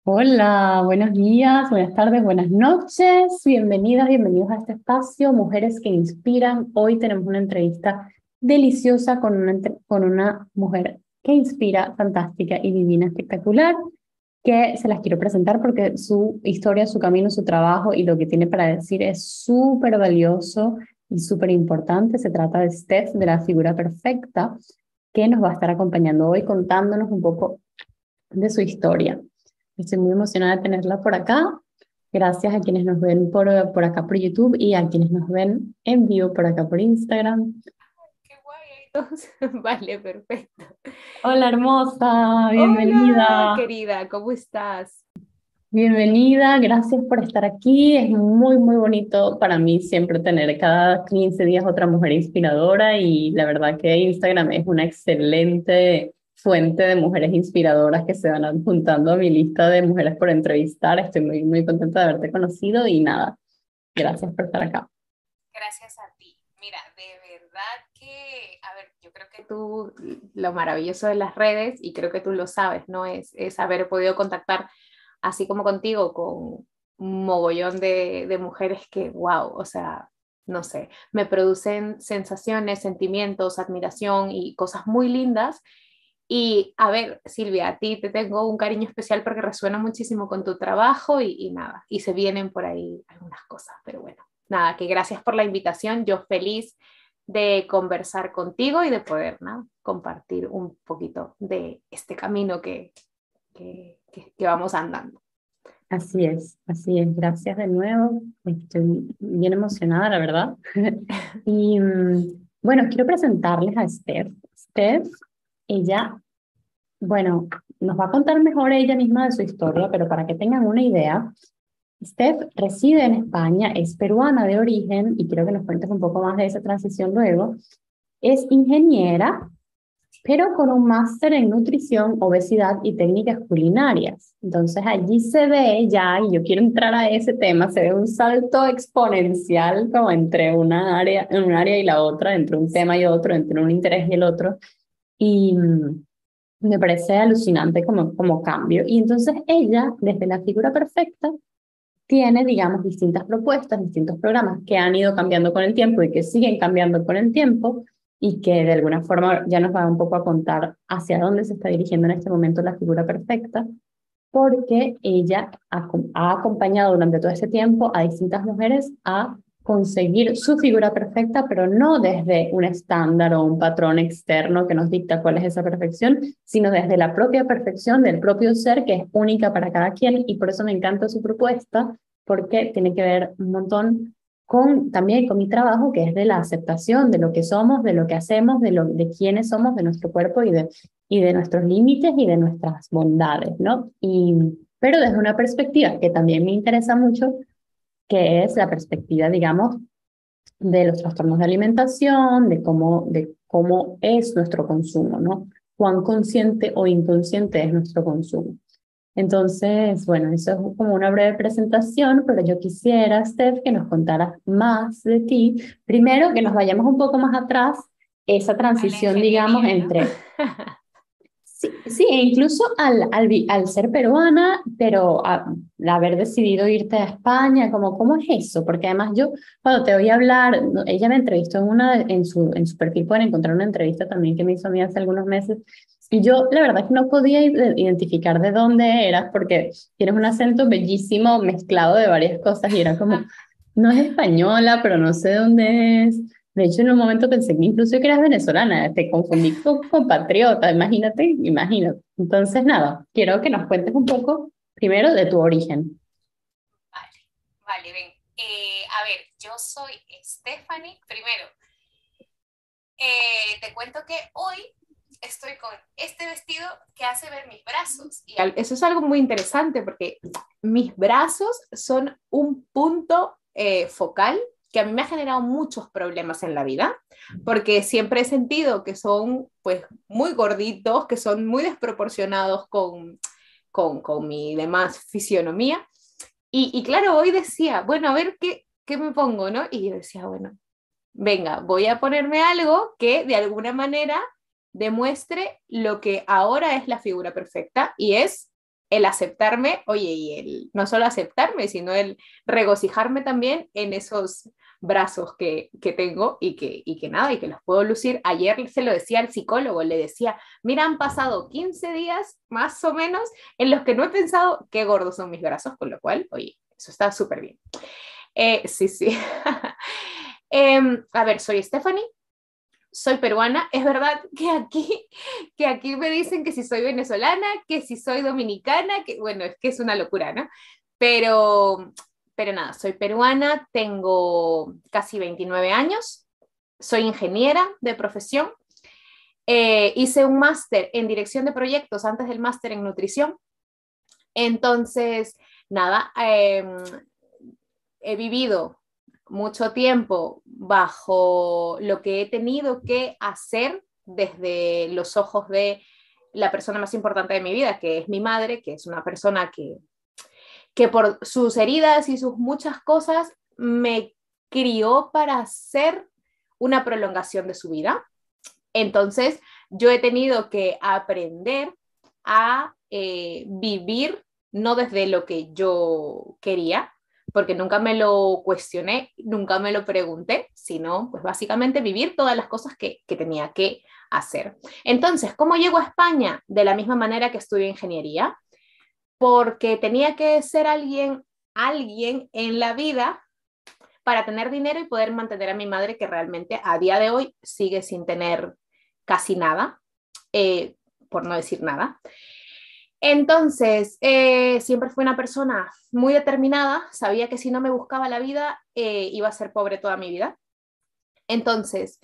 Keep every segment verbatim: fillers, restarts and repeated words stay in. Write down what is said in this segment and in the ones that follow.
Hola, buenos días, buenas tardes, buenas noches. Bienvenidas, bienvenidos a este espacio, Mujeres que Inspiran. Hoy tenemos una entrevista deliciosa con una, entre- con una mujer que inspira, fantástica y divina, espectacular, que se las quiero presentar porque su historia, su camino, su trabajo y lo que tiene para decir es súper valioso y súper importante. Se trata de Steph, de la figura perfecta, que nos va a estar acompañando hoy contándonos un poco de su historia. Estoy muy emocionada de tenerla por acá. Gracias a quienes nos ven por, por acá por YouTube y a quienes nos ven en vivo por acá por Instagram. Qué guay. Entonces, vale, perfecto. Hola hermosa, Hola, bienvenida. querida, ¿cómo estás? Bienvenida, gracias por estar aquí. Es muy, muy bonito para mí siempre tener cada quince días otra mujer inspiradora y la verdad que Instagram es una excelente fuente de mujeres inspiradoras que se van adjuntando a mi lista de mujeres por entrevistar. Estoy muy, muy contenta de haberte conocido y nada, gracias por estar acá. Gracias a ti. Mira, de verdad que, a ver, yo creo que tú, lo maravilloso de las redes, y creo que tú lo sabes, ¿no? Es, es haber podido contactar, así como contigo, con un mogollón de, de mujeres que, wow, o sea, no sé, me producen sensaciones, sentimientos, admiración y cosas muy lindas. Y a ver, Silvia, a ti te tengo un cariño especial porque resuena muchísimo con tu trabajo y, y nada, y se vienen por ahí algunas cosas, pero bueno, nada, que gracias por la invitación, yo feliz de conversar contigo y de poder, ¿no?, compartir un poquito de este camino que, que, que, que vamos andando. Así es, así es. Gracias de nuevo. Estoy bien emocionada, la verdad. Y mm, bueno, quiero presentarles a Steph. Steph, ella, bueno, nos va a contar mejor ella misma de su historia, pero para que tengan una idea, Steph reside en España, es peruana de origen y quiero que nos cuentes un poco más de esa transición luego. Es ingeniera pero con un máster en nutrición, obesidad y técnicas culinarias. Entonces allí se ve ya, y yo quiero entrar a ese tema, se ve un salto exponencial como entre una área, en un área y la otra, entre un tema y otro, entre un interés y el otro. Y mm, me parece alucinante como, como cambio. Y entonces ella, desde la figura perfecta, tiene, digamos, distintas propuestas, distintos programas que han ido cambiando con el tiempo y que siguen cambiando con el tiempo y que de alguna forma ya nos va un poco a contar hacia dónde se está dirigiendo en este momento la figura perfecta, porque ella ha, ha acompañado durante todo este tiempo a distintas mujeres a conseguir su figura perfecta, pero no desde un estándar o un patrón externo que nos dicta cuál es esa perfección, sino desde la propia perfección del propio ser que es única para cada quien y por eso me encanta su propuesta, porque tiene que ver un montón con también con mi trabajo, que es de la aceptación de lo que somos, de lo que hacemos, de, lo, de quiénes somos, de nuestro cuerpo y de, y de nuestros límites y de nuestras bondades, ¿no? Y, pero desde una perspectiva que también me interesa mucho, que es la perspectiva, digamos, de los trastornos de alimentación, de cómo, de cómo es nuestro consumo, ¿no? Cuán consciente o inconsciente es nuestro consumo. Entonces, bueno, eso es como una breve presentación, pero yo quisiera, Steph, que nos contaras más de ti. Primero, que nos vayamos un poco más atrás, esa A la transición, digamos, ingeniería, ¿no? entre sí, sí, e incluso al, al, vi- al ser peruana, pero a- al haber decidido irte a España, como, ¿cómo es eso? Porque además yo, cuando te oí hablar, no, ella me entrevistó en, una, en, su, en su perfil, pueden encontrar una entrevista también que me hizo a mí hace algunos meses, y Sí. yo la verdad es que no podía ide- identificar de dónde eras, porque tienes un acento bellísimo mezclado de varias cosas, y era como, no es española, pero no sé dónde es. De hecho, en un momento pensé que incluso que eras venezolana, te confundí con compatriota, imagínate, imagínate. Entonces, nada, quiero que nos cuentes un poco primero de tu origen. Vale, vale, ven. Eh, a ver, yo soy Stephanie. Primero, eh, te cuento que hoy estoy con este vestido que hace ver mis brazos. Y eso es algo muy interesante porque mis brazos son un punto eh, focal que a mí me ha generado muchos problemas en la vida, porque siempre he sentido que son pues muy gorditos, que son muy desproporcionados con, con, con mi demás fisionomía. Y, y claro, hoy decía, bueno, a ver qué, qué me pongo, ¿no? Y yo decía, bueno, venga, voy a ponerme algo que de alguna manera demuestre lo que ahora es la figura perfecta y es el aceptarme, oye, y el no solo aceptarme, sino el regocijarme también en esos brazos que, que tengo y que, y que nada, y que los puedo lucir. Ayer se lo decía al psicólogo, le decía, mira, han pasado quince días más o menos en los que no he pensado qué gordos son mis brazos, con lo cual, oye, eso está súper bien. Eh, sí, sí. eh, a ver, soy Stephanie, soy peruana. Es verdad que aquí, que aquí me dicen que si soy venezolana, que si soy dominicana, que bueno, es que es una locura, ¿no? Pero, pero nada, soy peruana, tengo casi veintinueve años, soy ingeniera de profesión, eh, hice un máster en dirección de proyectos antes del máster en nutrición. Entonces, nada, eh, he vivido mucho tiempo bajo lo que he tenido que hacer desde los ojos de la persona más importante de mi vida, que es mi madre, que es una persona que, que por sus heridas y sus muchas cosas me crió para ser una prolongación de su vida. Entonces, yo he tenido que aprender a eh, vivir no desde lo que yo quería, porque nunca me lo cuestioné, nunca me lo pregunté, sino pues básicamente vivir todas las cosas que, que tenía que hacer. Entonces, ¿cómo llego a España? De la misma manera que estudié ingeniería, porque tenía que ser alguien, alguien en la vida para tener dinero y poder mantener a mi madre, que realmente a día de hoy sigue sin tener casi nada, eh, por no decir nada. Entonces, eh, siempre fui una persona muy determinada, sabía que si no me buscaba la vida, eh, iba a ser pobre toda mi vida. Entonces,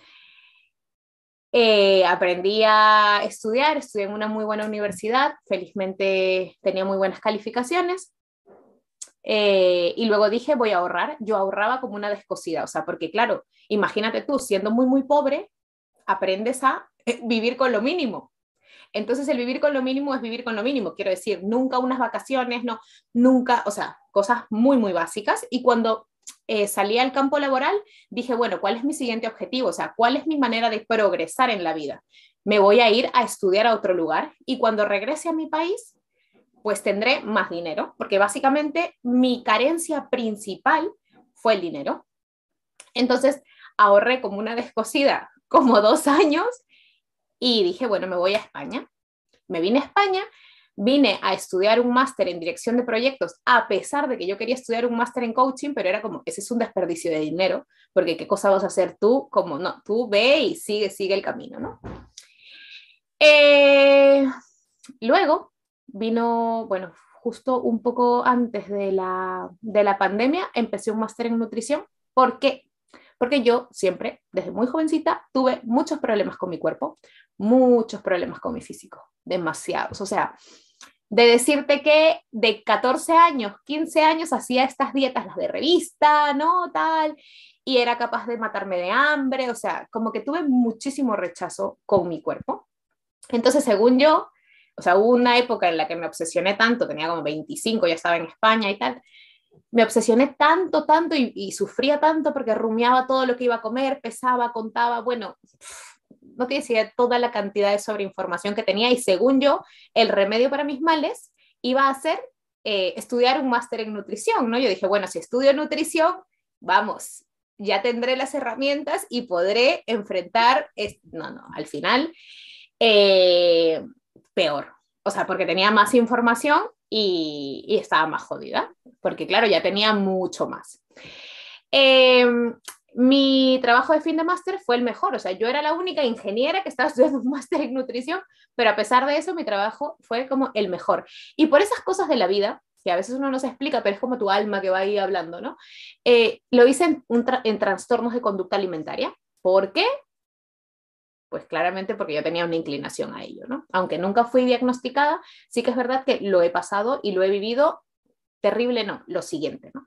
eh, aprendí a estudiar, estudié en una muy buena universidad, felizmente tenía muy buenas calificaciones, eh, y luego dije, voy a ahorrar. Yo ahorraba como una descosida, o sea, porque claro, imagínate tú, siendo muy, muy pobre, aprendes a vivir con lo mínimo. Entonces el vivir con lo mínimo es vivir con lo mínimo, quiero decir, nunca unas vacaciones, no, nunca, o sea, cosas muy, muy básicas. Y cuando eh, salí al campo laboral, dije, bueno, ¿cuál es mi siguiente objetivo? O sea, ¿cuál es mi manera de progresar en la vida? Me voy a ir a estudiar a otro lugar y cuando regrese a mi país, pues tendré más dinero, porque básicamente mi carencia principal fue el dinero. Entonces ahorré como una descosida, como dos años, y dije, bueno, me voy a España. Me vine a España, vine a estudiar un máster en dirección de proyectos, a pesar de que yo quería estudiar un máster en coaching, pero era como, ese es un desperdicio de dinero, porque ¿qué cosa vas a hacer tú? Como, no, tú ve y sigue, sigue el camino, ¿no? Eh, luego vino, bueno, justo un poco antes de la, de la pandemia, empecé un máster en nutrición. ¿Por qué? Porque yo siempre, desde muy jovencita, tuve muchos problemas con mi cuerpo, muchos problemas con mi físico, demasiados. O sea, de decirte que de catorce años, quince años, hacía estas dietas, las de revista, ¿no? Tal, y era capaz de matarme de hambre, o sea, como que tuve muchísimo rechazo con mi cuerpo. Entonces, según yo, o sea, hubo una época en la que me obsesioné tanto, tenía como veinticinco, ya estaba en España y tal, me obsesioné tanto, tanto y, y sufría tanto porque rumiaba todo lo que iba a comer, pesaba, contaba, bueno, no tienes idea de toda la cantidad de sobreinformación que tenía y según yo, el remedio para mis males iba a ser eh, estudiar un máster en nutrición, ¿no? Yo dije, bueno, si estudio nutrición, vamos, ya tendré las herramientas y podré enfrentar, este... no, no, al final, eh, peor, o sea, porque tenía más información y, y estaba más jodida, porque claro, ya tenía mucho más. Eh, mi trabajo de fin de máster fue el mejor, o sea, yo era la única ingeniera que estaba estudiando un máster en nutrición, pero a pesar de eso mi trabajo fue como el mejor. Y por esas cosas de la vida, que a veces uno no se explica, pero es como tu alma que va ahí hablando, ¿no? Eh, lo hice en, un tra en trastornos de conducta alimentaria. ¿Por qué? Pues claramente porque yo tenía una inclinación a ello, ¿no? Aunque nunca fui diagnosticada, sí que es verdad que lo he pasado y lo he vivido terrible, no, lo siguiente, ¿no?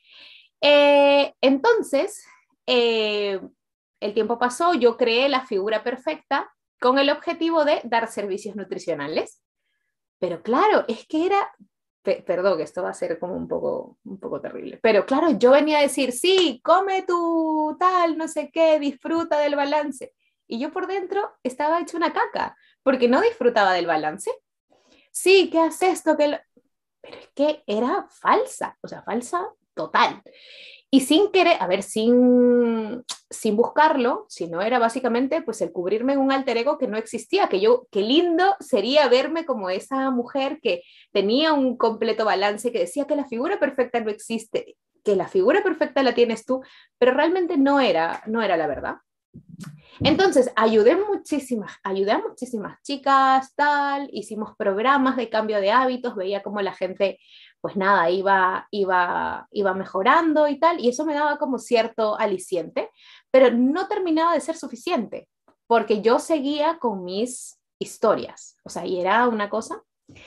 Eh, entonces, eh, el tiempo pasó, yo creé la figura perfecta con el objetivo de dar servicios nutricionales, pero claro, es que era, pe perdón, que esto va a ser como un poco, un poco terrible, pero claro, yo venía a decir, sí, come tu tal, no sé qué, disfruta del balance, y yo por dentro estaba hecho una caca, porque no disfrutaba del balance. O sí, ¿qué haces esto? ¿Qué lo... Pero es que era falsa, o sea, falsa total. Y sin querer, a ver, sin, sin buscarlo, sino era básicamente pues el cubrirme en un alter ego que no existía, que yo, qué lindo sería verme como esa mujer que tenía un completo balance, que decía que la figura perfecta no existe, que la figura perfecta la tienes tú, pero realmente no era, no era la verdad. Entonces, ayudé muchísimas, ayudé a muchísimas chicas, tal, hicimos programas de cambio de hábitos, veía cómo la gente, pues nada, iba, iba, iba mejorando y tal, y eso me daba como cierto aliciente, pero no terminaba de ser suficiente, porque yo seguía con mis historias, o sea, y era una cosa,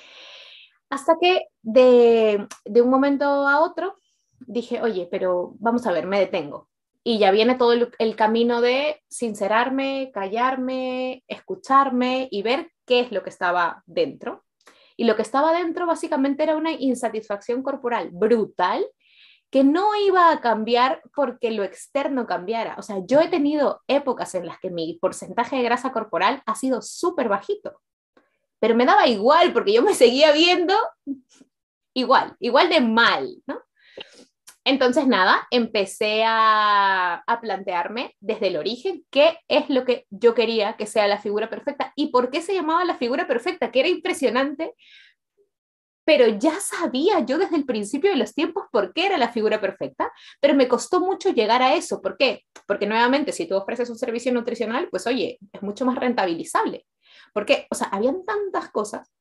hasta que de, de un momento a otro dije, oye, pero vamos a ver, me detengo. Y ya viene todo el, el camino de sincerarme, callarme, escucharme y ver qué es lo que estaba dentro. Y lo que estaba dentro básicamente era una insatisfacción corporal brutal que no iba a cambiar porque lo externo cambiara. O sea, yo he tenido épocas en las que mi porcentaje de grasa corporal ha sido súper bajito, pero me daba igual porque yo me seguía viendo igual, igual de mal, ¿no? Entonces, nada, empecé a, a, plantearme desde el origen qué es lo que yo quería que sea la figura perfecta y por qué se llamaba la figura perfecta, que era impresionante, pero ya sabía yo desde el principio de los tiempos por qué era la figura perfecta, pero me costó mucho llegar a eso. ¿Por qué? Porque nuevamente, si tú ofreces un servicio nutricional, pues oye, es mucho más rentabilizable. Porque, o sea, habían tantas cosas.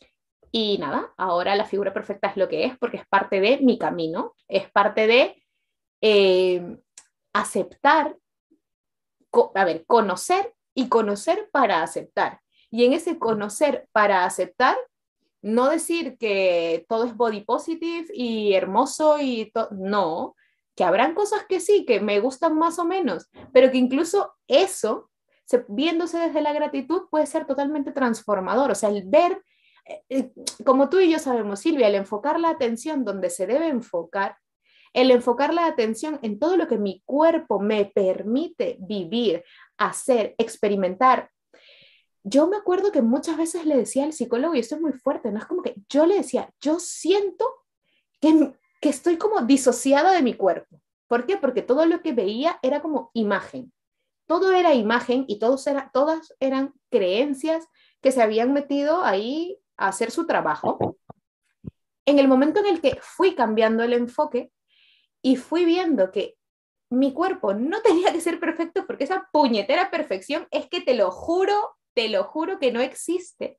Y nada, ahora la figura perfecta es lo que es porque es parte de mi camino, es parte de eh, aceptar, co a ver, conocer y conocer para aceptar. Y en ese conocer para aceptar, no decir que todo es body positive y hermoso y no, que habrán cosas que sí, que me gustan más o menos, pero que incluso eso, se, viéndose desde la gratitud, puede ser totalmente transformador. O sea, el ver como tú y yo sabemos, Silvia, el enfocar la atención donde se debe enfocar, el enfocar la atención en todo lo que mi cuerpo me permite vivir, hacer, experimentar. Yo me acuerdo que muchas veces le decía al psicólogo, y esto es muy fuerte, ¿no? Es como que yo le decía, yo siento que, que estoy como disociada de mi cuerpo. ¿Por qué? Porque todo lo que veía era como imagen. Todo era imagen y todos era, todas eran creencias que se habían metido ahí a hacer su trabajo. En el momento en el que fui cambiando el enfoque y fui viendo que mi cuerpo no tenía que ser perfecto porque esa puñetera perfección es que te lo juro, te lo juro que no existe.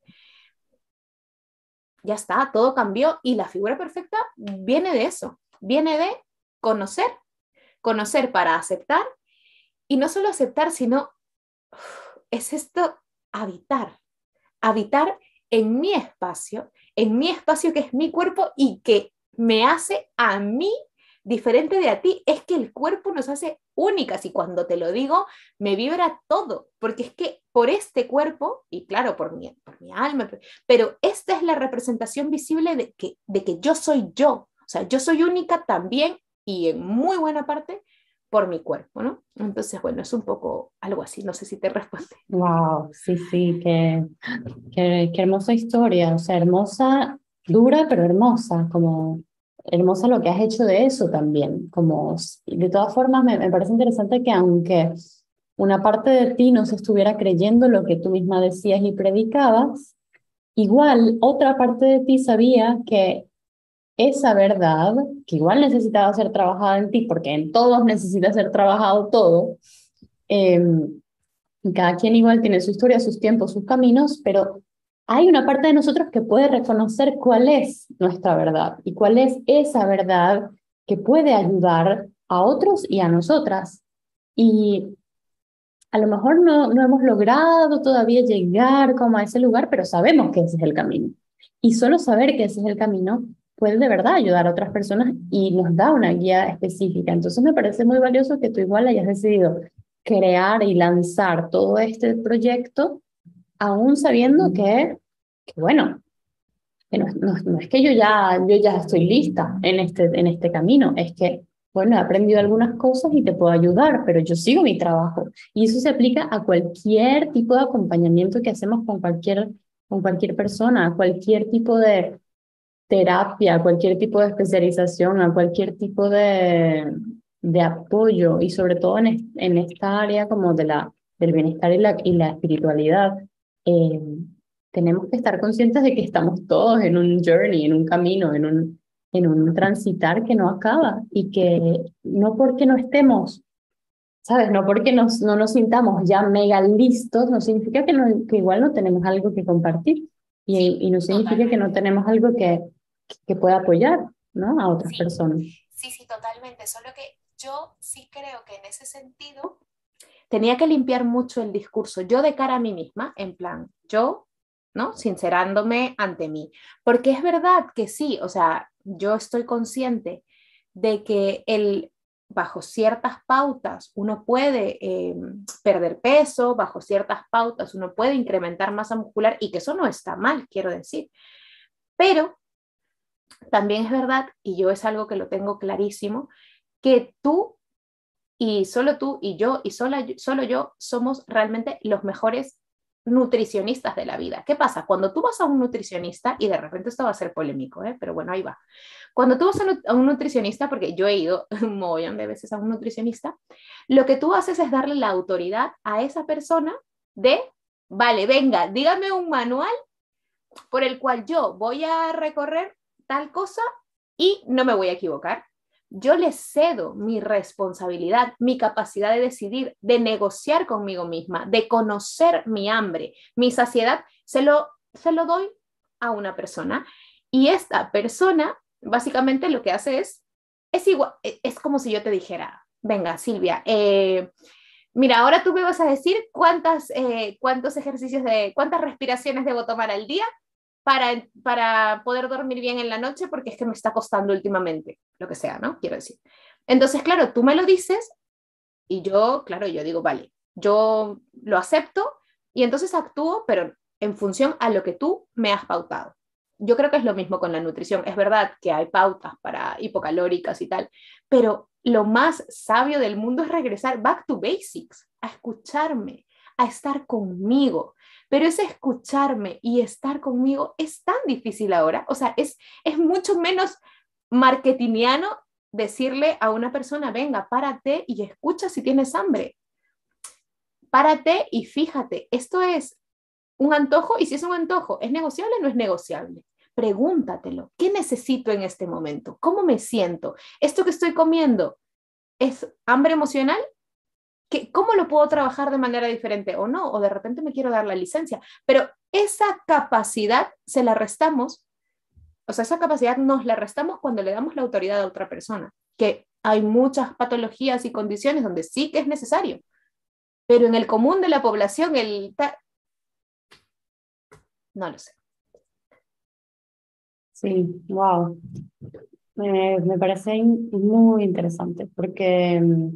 Ya está, todo cambió y la figura perfecta viene de eso, viene de conocer, conocer para aceptar y no solo aceptar, sino es esto, habitar, habitar en mi espacio, en mi espacio que es mi cuerpo y que me hace a mí diferente de a ti. Es que el cuerpo nos hace únicas y cuando te lo digo me vibra todo, porque es que por este cuerpo, y claro, por mi, por mi alma, pero esta es la representación visible de que, de que yo soy yo, o sea, yo soy única también y en muy buena parte por mi cuerpo, ¿no? Entonces, bueno, es un poco algo así, no sé si te responde. Wow, sí, sí, qué, qué, qué hermosa historia, o sea, hermosa, dura, pero hermosa, como hermosa lo que has hecho de eso también, como de todas formas me, me parece interesante que aunque una parte de ti no se estuviera creyendo lo que tú misma decías y predicabas, igual otra parte de ti sabía que esa verdad, que igual necesitaba ser trabajada en ti, porque en todos necesita ser trabajado todo, eh, cada quien igual tiene su historia, sus tiempos, sus caminos, pero hay una parte de nosotros que puede reconocer cuál es nuestra verdad y cuál es esa verdad que puede ayudar a otros y a nosotras. Y a lo mejor no, no hemos logrado todavía llegar como a ese lugar, pero sabemos que ese es el camino. Y solo saber que ese es el camino puede de verdad ayudar a otras personas y nos da una guía específica. Entonces me parece muy valioso que tú igual hayas decidido crear y lanzar todo este proyecto, aún sabiendo que, que bueno, que no, no, no es que yo ya, yo ya estoy lista en este, en este camino, es que, bueno, he aprendido algunas cosas y te puedo ayudar, pero yo sigo mi trabajo. Y eso se aplica a cualquier tipo de acompañamiento que hacemos con cualquier con cualquier persona, cualquier tipo de terapia, cualquier tipo de especialización, a cualquier tipo de, de apoyo y sobre todo en, es- en esta área como de la, del bienestar y la, y la espiritualidad. eh, Tenemos que estar conscientes de que estamos todos en un journey, en un camino, en un, en un transitar que no acaba y que no porque no estemos, ¿sabes? No porque nos, no nos sintamos ya mega listos, no significa que, no, que igual no tenemos algo que compartir y, Sí, y no significa que no totalmente. tenemos algo que, que pueda apoyar, ¿no? A otras Sí, personas. sí, sí, totalmente. Solo que yo sí creo que en ese sentido tenía que limpiar mucho el discurso, yo de cara a mí misma, en plan, yo, ¿no? Sincerándome ante mí. Porque es verdad que sí, o sea, yo estoy consciente de que el, bajo ciertas pautas uno puede eh, perder peso, bajo ciertas pautas uno puede incrementar masa muscular y que eso no está mal, quiero decir. Pero también es verdad, y yo es algo que lo tengo clarísimo, que tú y solo tú y yo y sola, solo yo somos realmente los mejores nutricionistas de la vida. ¿Qué pasa? Cuando tú vas a un nutricionista, y de repente esto va a ser polémico, ¿eh? Pero bueno, ahí va. Cuando tú vas a un nutricionista, porque yo he ido un montón de veces a un nutricionista, lo que tú haces es darle la autoridad a esa persona de, vale, venga, dígame un manual por el cual yo voy a recorrer tal cosa y no me voy a equivocar. Yo le cedo mi responsabilidad, mi capacidad de decidir, de negociar conmigo misma, de conocer mi hambre, mi saciedad, se lo, se lo doy a una persona. Y esta persona básicamente lo que hace es, es igual, es como si yo te dijera, venga, Silvia, eh, mira, ahora tú me vas a decir cuántas, eh, cuántos ejercicios de, cuántas respiraciones debo tomar al día para, para poder dormir bien en la noche porque es que me está costando últimamente, lo que sea, ¿no? Quiero decir. Entonces, claro, tú me lo dices y yo, claro, yo digo, vale, yo lo acepto y entonces actúo, pero en función a lo que tú me has pautado. Yo creo que es lo mismo con la nutrición. Es verdad que hay pautas para hipocalóricas y tal, pero lo más sabio del mundo es regresar back to basics, a escucharme, a estar conmigo. Pero ese escucharme y estar conmigo es tan difícil ahora. O sea, es, es mucho menos marketingiano decirle a una persona, venga, párate y escucha si tienes hambre. Párate y fíjate, esto es un antojo y si es un antojo, ¿es negociable o no es negociable? Pregúntatelo, ¿qué necesito en este momento? ¿Cómo me siento? ¿Esto que estoy comiendo es hambre emocional? ¿Qué, ¿Cómo lo puedo trabajar de manera diferente o no? O de repente me quiero dar la licencia. Pero esa capacidad se la restamos, o sea, esa capacidad nos la restamos cuando le damos la autoridad a otra persona, que hay muchas patologías y condiciones donde sí que es necesario, pero en el común de la población, el no lo sé. Sí, wow. Me, me parece in- muy interesante porque, mm,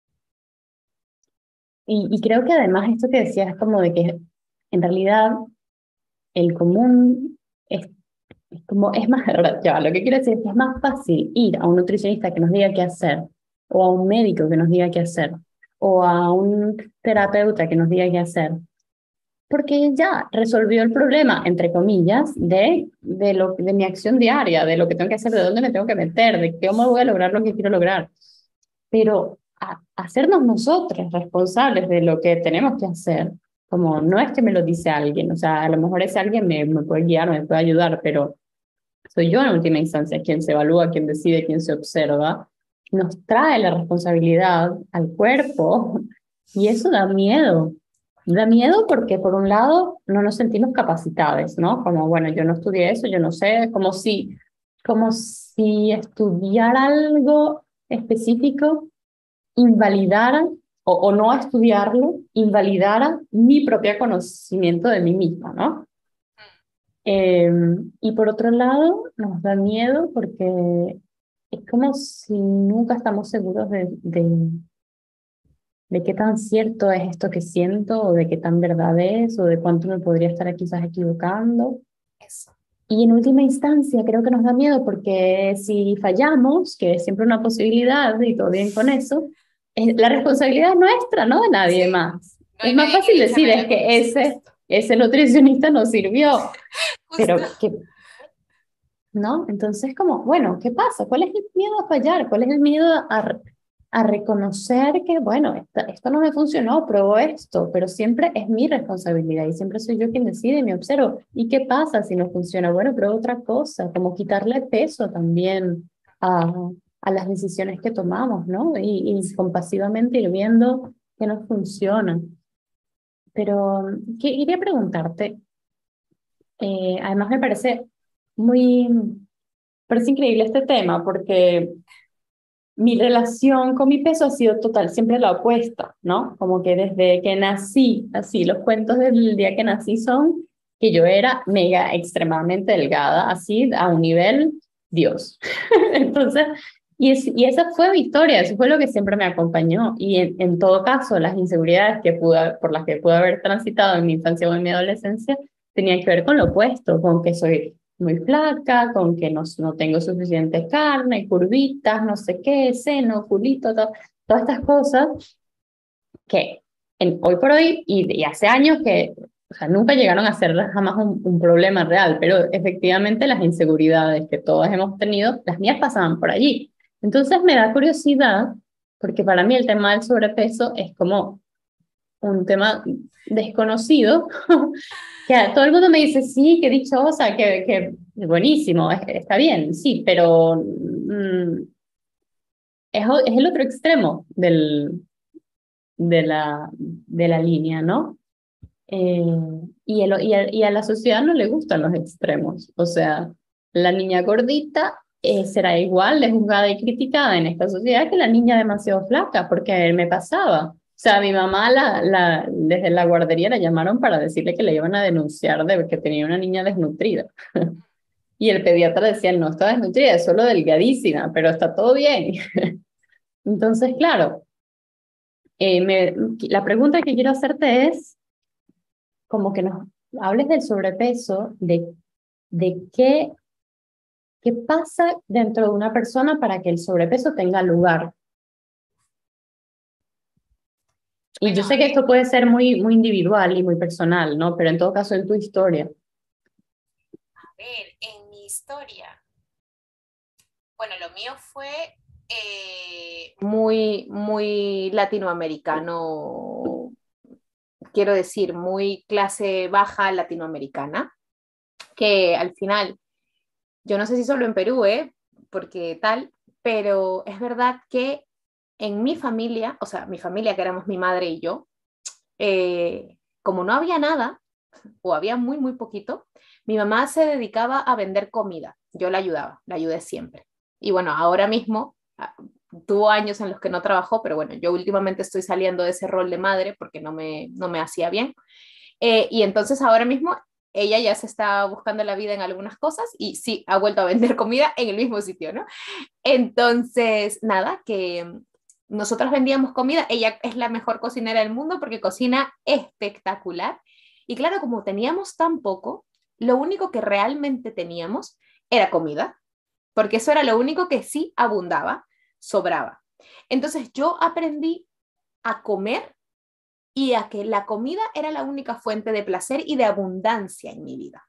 y, y creo que además esto que decías es como de que en realidad el común es, es como, es más, ya, lo que quiero decir es que es más fácil ir a un nutricionista que nos diga qué hacer, o a un médico que nos diga qué hacer, o a un terapeuta que nos diga qué hacer, porque ya resolvió el problema, entre comillas, de, de, lo, de mi acción diaria, de lo que tengo que hacer, de dónde me tengo que meter, de cómo voy a lograr lo que quiero lograr. Pero a, hacernos nosotros responsables de lo que tenemos que hacer, como no es que me lo dice alguien, o sea, a lo mejor ese alguien me, me puede guiar, me puede ayudar, pero soy yo en última instancia quien se evalúa, quien decide, quien se observa, nos trae la responsabilidad al cuerpo y eso da miedo. Da miedo porque por un lado no nos sentimos capacitados, ¿no? Como, bueno, yo no estudié eso, yo no sé, como si, como si estudiar algo específico invalidara o, o no estudiarlo, invalidara mi propio conocimiento de mí misma, ¿no? Eh, y por otro lado, nos da miedo porque es como si nunca estamos seguros de, de, de qué tan cierto es esto que siento, o de qué tan verdad es, o de cuánto me podría estar quizás equivocando. Eso. Y en última instancia, creo que nos da miedo porque si fallamos, que es siempre una posibilidad y todo bien con eso, es, la responsabilidad es nuestra, no de nadie Sí, más. no Es hay más nadie que fácil le decir, echarle es la culpa, que sí, ese, justo. ese nutricionista no sirvió, pero Justo. que, ¿no? Entonces, como, bueno, ¿qué pasa? ¿Cuál es el miedo a fallar? ¿Cuál es el miedo a, a reconocer que, bueno, esta- esto no me funcionó, probó esto, pero siempre es mi responsabilidad y siempre soy yo quien decide y me observo. ¿Y qué pasa si no funciona? Bueno, pruebo otra cosa, como quitarle peso también a, a las decisiones que tomamos, ¿no? Y, y compasivamente ir viendo que no funciona. Pero que- quería preguntarte, eh, además me parece muy, parece increíble este tema porque mi relación con mi peso ha sido total, siempre la opuesta, ¿no? Como que desde que nací, así, los cuentos del día que nací son que yo era mega extremadamente delgada, así, a un nivel Dios. Entonces, y, es, y esa fue mi historia, eso fue lo que siempre me acompañó. Y en, en todo caso, las inseguridades que pude, por las que pude haber transitado en mi infancia o en mi adolescencia tenían que ver con lo opuesto, con que soy muy flaca, con que no, no tengo suficiente carne, curvitas, no sé qué, seno, culito, to, todas estas cosas que en, hoy por hoy y, y hace años que o sea, nunca llegaron a ser jamás un, un problema real, pero efectivamente las inseguridades que todas hemos tenido, las mías pasaban por allí. Entonces me da curiosidad, porque para mí el tema del sobrepeso es como un tema desconocido, que a todo el mundo me dice, sí, qué dichosa, que, que buenísimo, es- está bien, sí, pero mm, es, o- es el otro extremo del, de la, de la línea, ¿no? Eh, y, el- y, a, y a la sociedad no le gustan los extremos, o sea, la niña gordita eh, será igual de juzgada y criticada en esta sociedad que la niña demasiado flaca, porque me pasaba. O sea, mi mamá la, la, desde la guardería la llamaron para decirle que le iban a denunciar de que tenía una niña desnutrida. Y el pediatra decía, no está desnutrida, es solo delgadísima, pero está todo bien. Entonces, claro, eh, me, la pregunta que quiero hacerte es, como que nos hables del sobrepeso, de, de qué, qué pasa dentro de una persona para que el sobrepeso tenga lugar. Y Bueno, yo sé a que ver, esto puede ser muy, muy individual y muy personal, ¿no? Pero en todo caso, en tu historia. a ver, en mi historia, bueno, lo mío fue eh, muy, muy latinoamericano, quiero decir, muy clase baja latinoamericana, que al final, yo no sé si solo en Perú, ¿eh? Porque tal, pero es verdad que en mi familia, o sea, mi familia, que éramos mi madre y yo, eh, como no había nada, o había muy, muy poquito, mi mamá se dedicaba a vender comida. Yo la ayudaba, la ayudé siempre. Y bueno, ahora mismo ah, tuvo años en los que no trabajó, pero bueno, yo últimamente estoy saliendo de ese rol de madre porque no me, no me hacía bien. Eh, y entonces ahora mismo ella ya se está buscando la vida en algunas cosas y sí, ha vuelto a vender comida en el mismo sitio, ¿no? Entonces, nada, que nosotros vendíamos comida, ella es la mejor cocinera del mundo porque cocina espectacular. Y claro, como teníamos tan poco, lo único que realmente teníamos era comida, porque eso era lo único que sí abundaba, sobraba. Entonces yo aprendí a comer y a que la comida era la única fuente de placer y de abundancia en mi vida.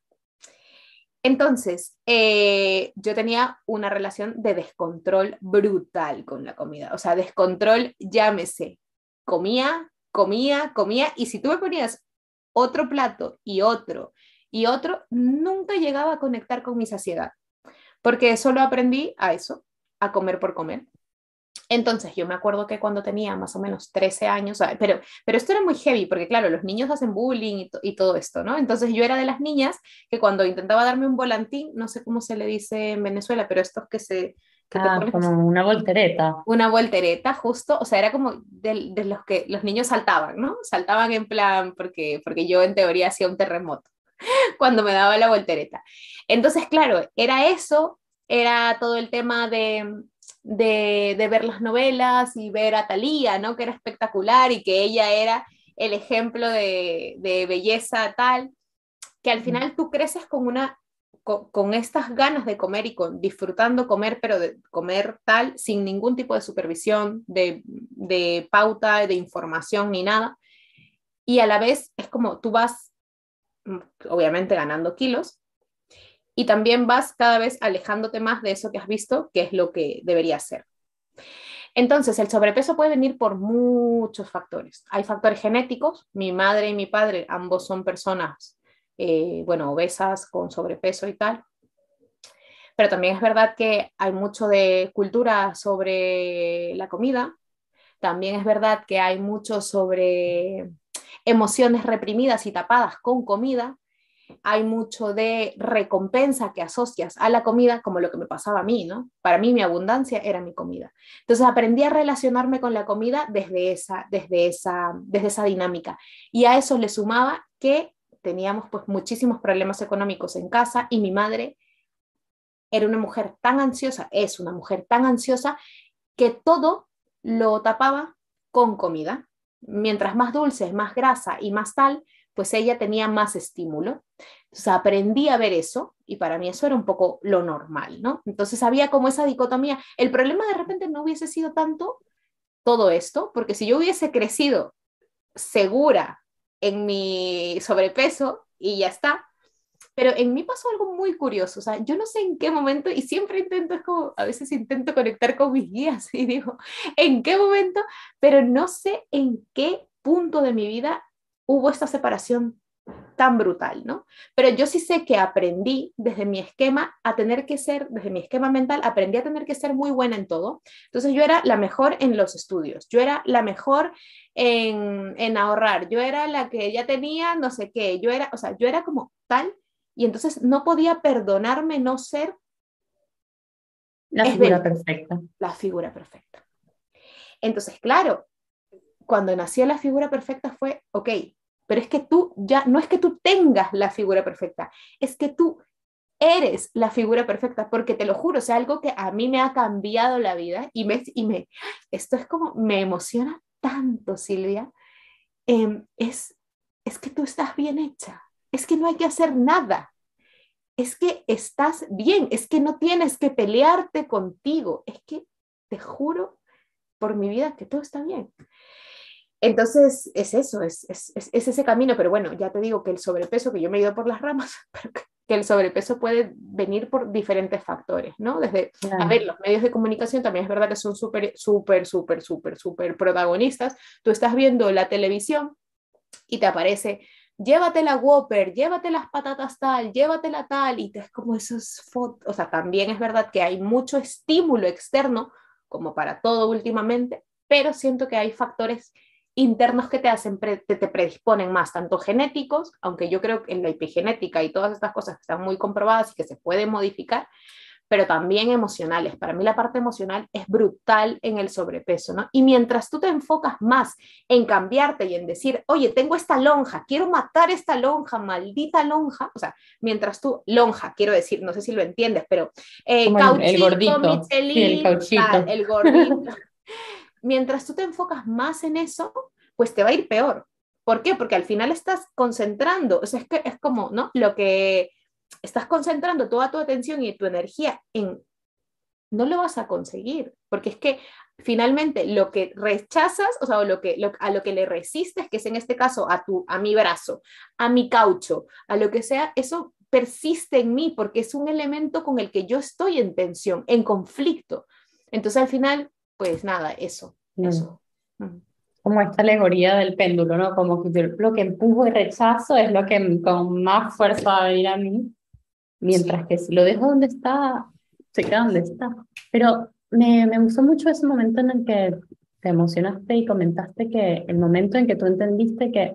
Entonces, eh, yo tenía una relación de descontrol brutal con la comida, o sea, descontrol, llámese, comía, comía, comía, y si tú me ponías otro plato y otro y otro, nunca llegaba a conectar con mi saciedad, porque solo aprendí a eso, a comer por comer. Entonces, yo me acuerdo que cuando tenía más o menos trece años, o sea, pero, pero esto era muy heavy, porque claro, los niños hacen bullying y, to- y todo esto, ¿no? Entonces yo era de las niñas que cuando intentaba darme un volantín, no sé cómo se le dice en Venezuela, pero estos que, se, que te Ah, pones como así, una voltereta. una voltereta justo, o sea, era como de, de los que los niños saltaban, ¿no? Saltaban en plan, porque, porque yo en teoría hacía un terremoto cuando me daba la voltereta. Entonces, claro, era eso, era todo el tema de, de, de ver las novelas y ver a Thalía, ¿no? Que era espectacular y que ella era el ejemplo de, de belleza tal, que al final tú creces con una con, con, estas ganas de comer y con disfrutando comer, pero de comer tal, sin ningún tipo de supervisión, de, de pauta, de información ni nada. Y a la vez es como tú vas obviamente ganando kilos, y también vas cada vez alejándote más de eso que has visto, que es lo que debería ser. Entonces, el sobrepeso puede venir por muchos factores. Hay factores genéticos, mi madre y mi padre, ambos son personas, eh, bueno, obesas, con sobrepeso y tal, pero también es verdad que hay mucho de cultura sobre la comida, también es verdad que hay mucho sobre emociones reprimidas y tapadas con comida, hay mucho de recompensa que asocias a la comida, como lo que me pasaba a mí, ¿no? Para mí mi abundancia era mi comida. Entonces aprendí a relacionarme con la comida desde esa, desde esa, desde esa dinámica. Y a eso le sumaba que teníamos pues muchísimos problemas económicos en casa y mi madre era una mujer tan ansiosa, es una mujer tan ansiosa que todo lo tapaba con comida. Mientras más dulce, más grasa y más tal, pues ella tenía más estímulo. Entonces aprendí a ver eso y para mí eso era un poco lo normal, ¿no? Entonces había como esa dicotomía. El problema de repente no hubiese sido tanto todo esto, porque si yo hubiese crecido segura en mi sobrepeso y ya está, pero en mí pasó algo muy curioso, o sea, yo no sé en qué momento, y siempre intento, es como, a veces intento conectar con mis guías y digo, ¿en qué momento? Pero no sé en qué punto de mi vida hubo esta separación tan brutal, ¿no? Pero yo sí sé que aprendí desde mi esquema a tener que ser, desde mi esquema mental, aprendí a tener que ser muy buena en todo. Entonces yo era la mejor en los estudios, yo era la mejor en, en ahorrar, yo era la que ya tenía no sé qué, yo era, o sea, yo era como tal y entonces no podía perdonarme no ser La figura esbelta, perfecta. la figura perfecta. Entonces, claro, cuando nació la figura perfecta fue, ok, pero es que tú ya, no es que tú tengas la figura perfecta, es que tú eres la figura perfecta, porque te lo juro, o sea, algo que a mí me ha cambiado la vida y me, y me esto es como, me emociona tanto, Silvia, eh, es, es que tú estás bien hecha, es que no hay que hacer nada, es que estás bien, es que no tienes que pelearte contigo, es que te juro por mi vida que todo está bien. Entonces es eso, es, es, es, es ese camino, pero bueno, ya te digo que el sobrepeso, que yo me he ido por las ramas, pero que, que el sobrepeso puede venir por diferentes factores, ¿no? Desde, a Claro. ver, los medios de comunicación también es verdad que son súper, súper, súper, súper, súper protagonistas. Tú estás viendo la televisión y te aparece, llévate la Whopper, llévate las patatas tal, llévatela tal, y te es como esos fotos, o sea, también es verdad que hay mucho estímulo externo, como para todo últimamente, pero siento que hay factores internos que te hacen, pre, te, te predisponen más, tanto genéticos, aunque yo creo que en la epigenética y todas estas cosas que están muy comprobadas y que se pueden modificar, pero también emocionales. Para mí la parte emocional es brutal en el sobrepeso, ¿no? Y mientras tú te enfocas más en cambiarte y en decir, oye, tengo esta lonja, quiero matar esta lonja, maldita lonja, o sea, mientras tú, lonja, quiero decir, no sé si lo entiendes, pero eh, Como el, el cauchito, gordito, sí, el Michelin, tal, cauchito. el gordito. Mientras tú te enfocas más en eso, pues te va a ir peor. ¿Por qué? Porque al final estás concentrando, o sea, es que es como, ¿no? Lo que estás concentrando toda tu atención y tu energía en, no lo vas a conseguir, porque es que finalmente lo que rechazas, o sea, lo que, lo, a lo que le resistes, que es en este caso a, tu, a mi brazo, a mi caucho, a lo que sea, eso persiste en mí porque es un elemento con el que yo estoy en tensión, en conflicto. Entonces al final, pues nada, eso, Mm. eso. Mm. Como esta alegoría del péndulo, ¿no? Como que yo lo que empujo y rechazo es lo que con más fuerza va a venir a mí, Sí, mientras que si lo dejo donde está, se queda donde está. Pero me, me gustó mucho ese momento en el que te emocionaste y comentaste que el momento en que tú entendiste que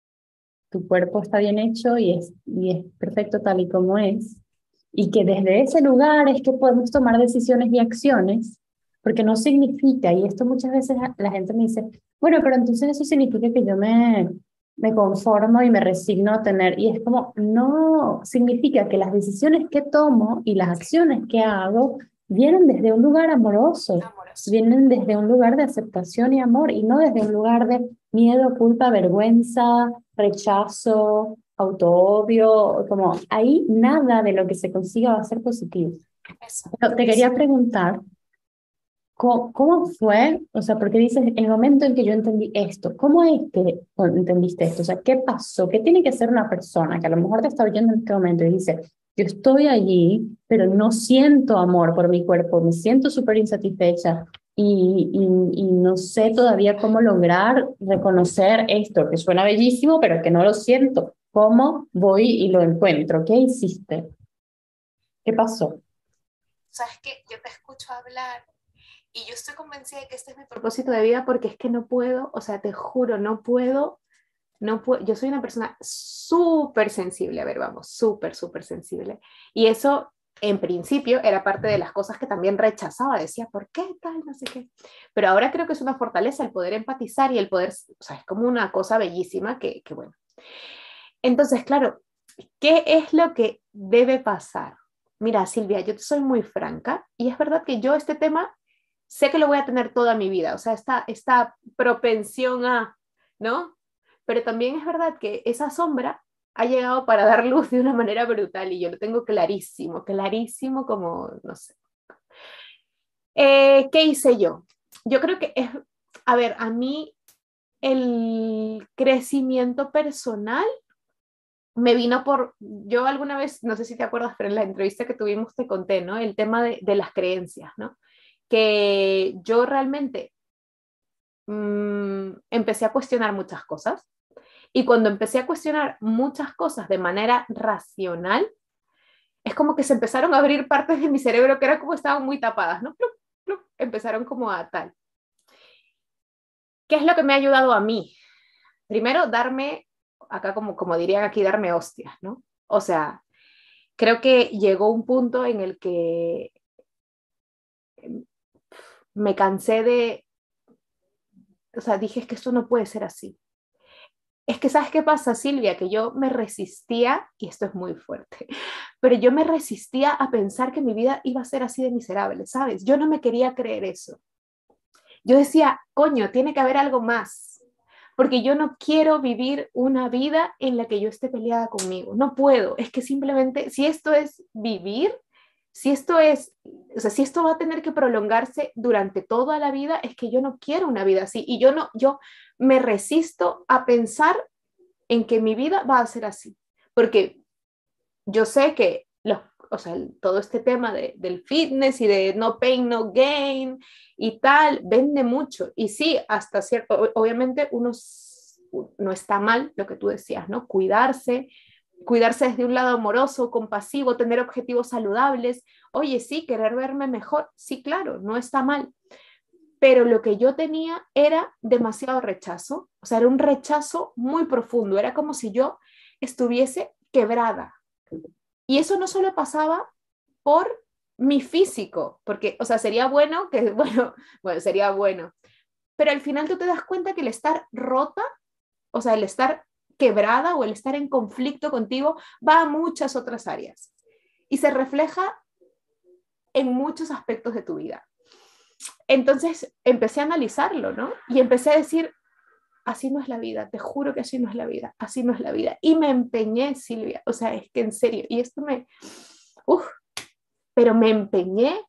tu cuerpo está bien hecho y es, y es perfecto tal y como es, y que desde ese lugar es que podemos tomar decisiones y acciones, porque no significa, y esto muchas veces la gente me dice, bueno, pero entonces eso significa que yo me, me conformo y me resigno a tener, y es como, no, significa que las decisiones que tomo y las sí, acciones que hago vienen desde un lugar amoroso, amoroso. vienen desde un lugar de aceptación y amor, y no desde un lugar de miedo, culpa, vergüenza, rechazo, autoodio, como ahí nada de lo que se consiga va a ser positivo. Eso, Pero te eso. quería preguntar, ¿Cómo, cómo fue? O sea, porque dices, el momento en que yo entendí esto, ¿cómo es que entendiste esto? O sea, ¿qué pasó? ¿Qué tiene que hacer una persona que a lo mejor te está oyendo en este momento y dice, yo estoy allí, pero no siento amor por mi cuerpo, me siento súper insatisfecha y, y, y no sé todavía cómo lograr reconocer esto, que suena bellísimo, pero que no lo siento? ¿Cómo voy y lo encuentro? ¿Qué hiciste? ¿Qué pasó? Sabes que yo te escucho hablar y yo estoy convencida de que este es mi propósito de vida porque es que no puedo, o sea, te juro, no puedo, no puedo, yo soy una persona súper sensible, a ver, vamos, súper, súper sensible. Y eso, en principio, era parte de las cosas que también rechazaba, decía, ¿por qué tal? No sé qué. Pero ahora creo que es una fortaleza el poder empatizar y el poder, o sea, es como una cosa bellísima que, que bueno. Entonces, claro, ¿qué es lo que debe pasar? Mira, Silvia, yo te soy muy franca y es verdad que yo este tema sé que lo voy a tener toda mi vida, o sea, esta, esta propensión a, ¿no? Pero también es verdad que esa sombra ha llegado para dar luz de una manera brutal y yo lo tengo clarísimo, clarísimo como, no sé. Eh, ¿Qué hice yo? Yo creo que es, a ver, a mí el crecimiento personal me vino por, yo alguna vez, no sé si te acuerdas, pero en la entrevista que tuvimos te conté, ¿no? El tema de, de las creencias, ¿no? Que yo realmente mmm, empecé a cuestionar muchas cosas y cuando empecé a cuestionar muchas cosas de manera racional, es como que se empezaron a abrir partes de mi cerebro que era como estaban muy tapadas, ¿no? Plup, plup, empezaron como a tal. ¿Qué es lo que me ha ayudado a mí? Primero, darme, acá como, como dirían aquí, darme hostias, ¿no? O sea, creo que llegó un punto en el que me cansé de, o sea, dije, es que esto no puede ser así. Es que, ¿sabes qué pasa, Silvia? Que yo me resistía, y esto es muy fuerte, pero yo me resistía a pensar que mi vida iba a ser así de miserable, ¿sabes? Yo no me quería creer eso. Yo decía, coño, tiene que haber algo más, porque yo no quiero vivir una vida en la que yo esté peleada conmigo. No puedo, es que simplemente, si esto es vivir, si esto es, o sea, si esto va a tener que prolongarse durante toda la vida, es que yo no quiero una vida así y yo no, yo me resisto a pensar en que mi vida va a ser así, porque yo sé que los, o sea, todo este tema de, del fitness y de no pain, no gain y tal, vende mucho. Y sí, hasta cierto, obviamente uno no está mal, lo que tú decías, ¿no? Cuidarse, cuidarse desde un lado amoroso, compasivo, tener objetivos saludables. Oye, sí, querer verme mejor, sí, claro, no está mal. Pero lo que yo tenía era demasiado rechazo, o sea, era un rechazo muy profundo, era como si yo estuviese quebrada. Y eso no solo pasaba por mi físico, porque, o sea, sería bueno que, bueno, bueno, sería bueno, pero al final tú te das cuenta que el estar rota, o sea, el estar quebrada o el estar en conflicto contigo va a muchas otras áreas y se refleja en muchos aspectos de tu vida. Entonces empecé a analizarlo, ¿no? Y empecé a decir, así no es la vida, te juro que así no es la vida, así no es la vida. Y me empeñé, Silvia, o sea, es que en serio, y esto me, uff, pero me empeñé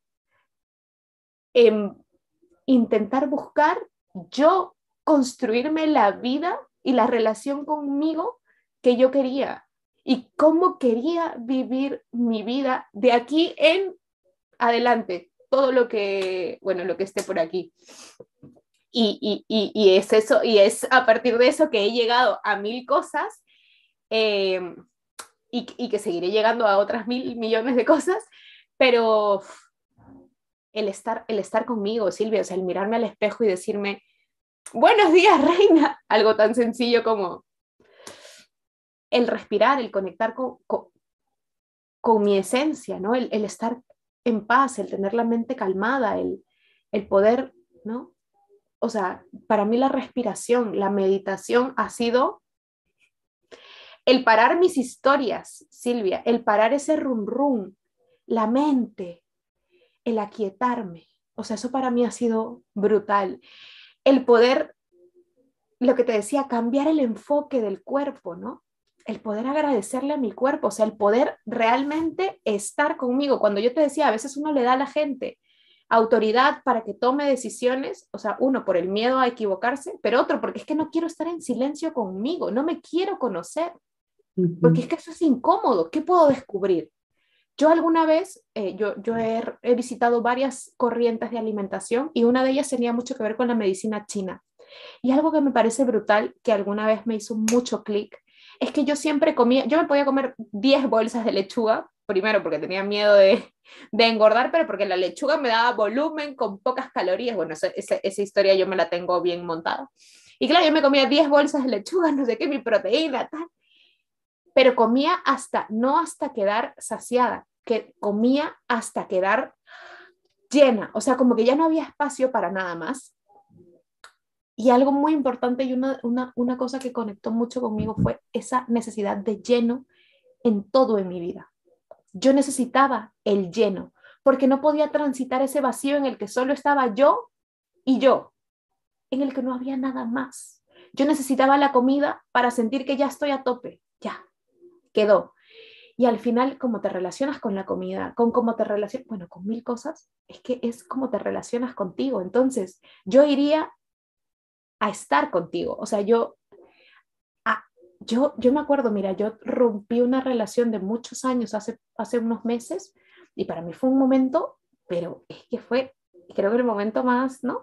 en intentar buscar yo construirme la vida y la relación conmigo que yo quería y cómo quería vivir mi vida de aquí en adelante, todo lo que, bueno, lo que esté por aquí. Y, y, y, es eso, y es a partir de eso que he llegado a mil cosas eh, y, y que seguiré llegando a otras mil millones de cosas, pero el estar, el estar conmigo, Silvia, o sea, el mirarme al espejo y decirme, buenos días, reina, algo tan sencillo como el respirar, el conectar con, con, con mi esencia, ¿no? El, el, estar en paz, el tener la mente calmada, el, el poder, ¿no? O sea, para mí la respiración, la meditación ha sido el parar mis historias, Silvia, el parar ese rum rum, la mente, el aquietarme. O sea, eso para mí ha sido brutal. El poder, lo que te decía, cambiar el enfoque del cuerpo, ¿no? El poder agradecerle a mi cuerpo, o sea, el poder realmente estar conmigo. Cuando yo te decía, a veces uno le da a la gente autoridad para que tome decisiones, o sea, uno por el miedo a equivocarse, pero otro porque es que no quiero estar en silencio conmigo, no me quiero conocer, porque es que eso es incómodo, ¿qué puedo descubrir? Yo alguna vez, eh, yo, yo he, he visitado varias corrientes de alimentación y una de ellas tenía mucho que ver con la medicina china. Y algo que me parece brutal, que alguna vez me hizo mucho clic, es que yo siempre comía, yo me podía comer diez bolsas de lechuga, primero porque tenía miedo de, de engordar, pero porque la lechuga me daba volumen con pocas calorías. Bueno, esa, esa, esa historia yo me la tengo bien montada. Y claro, yo me comía diez bolsas de lechuga, no sé qué, mi proteína, tal. Pero comía hasta, no hasta quedar saciada, que comía hasta quedar llena, o sea, como que ya no había espacio para nada más. Y algo muy importante y una, una, una cosa que conectó mucho conmigo fue esa necesidad de lleno en todo en mi vida. Yo necesitaba el lleno, porque no podía transitar ese vacío en el que solo estaba yo y yo, en el que no había nada más. Yo necesitaba la comida para sentir que ya estoy a tope, ya, quedó. Y al final, cómo te relacionas con la comida, con cómo te relacionas, bueno, con mil cosas, es que es cómo te relacionas contigo. Entonces, yo iría a estar contigo. O sea, yo, ah, yo, yo me acuerdo, mira, yo rompí una relación de muchos años hace, hace unos meses y para mí fue un momento, pero es que fue, creo que el momento más, ¿no?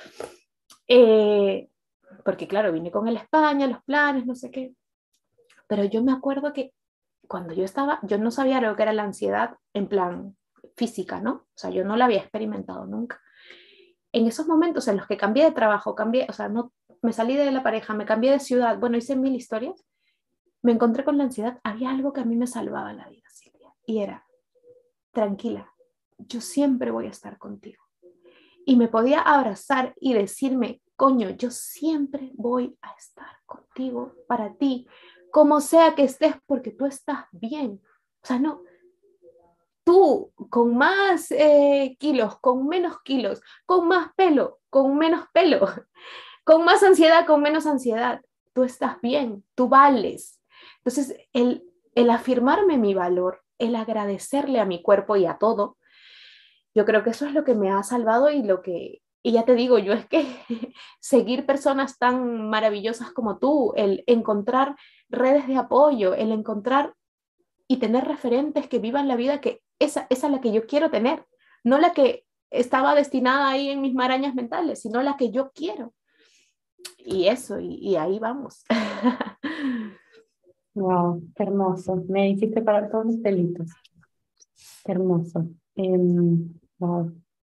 Eh, porque claro, vine con el España, los planes, no sé qué. Pero yo me acuerdo que cuando yo estaba, yo no sabía lo que era la ansiedad en plan física, ¿no? O sea, yo no la había experimentado nunca. En esos momentos en los que cambié de trabajo, cambié, o sea, no, me salí de la pareja, me cambié de ciudad, bueno, hice mil historias, me encontré con la ansiedad, había algo que a mí me salvaba la vida, Silvia, y era, tranquila, yo siempre voy a estar contigo. Y me podía abrazar y decirme, coño, yo siempre voy a estar contigo para ti, como sea que estés, porque tú estás bien. O sea, no, tú con más eh, kilos, con menos kilos, con más pelo, con menos pelo, con más ansiedad, con menos ansiedad, tú estás bien, tú vales. Entonces, el, el afirmarme mi valor, el agradecerle a mi cuerpo y a todo, yo creo que eso es lo que me ha salvado y lo que, y ya te digo, yo es que seguir personas tan maravillosas como tú, el encontrar redes de apoyo, el encontrar y tener referentes que vivan la vida que esa, esa es la que yo quiero tener, no la que estaba destinada ahí en mis marañas mentales, sino la que yo quiero. Y eso, y, y ahí vamos. Wow, qué hermoso. Me hiciste parar todos los pelitos. Qué hermoso. Em, wow.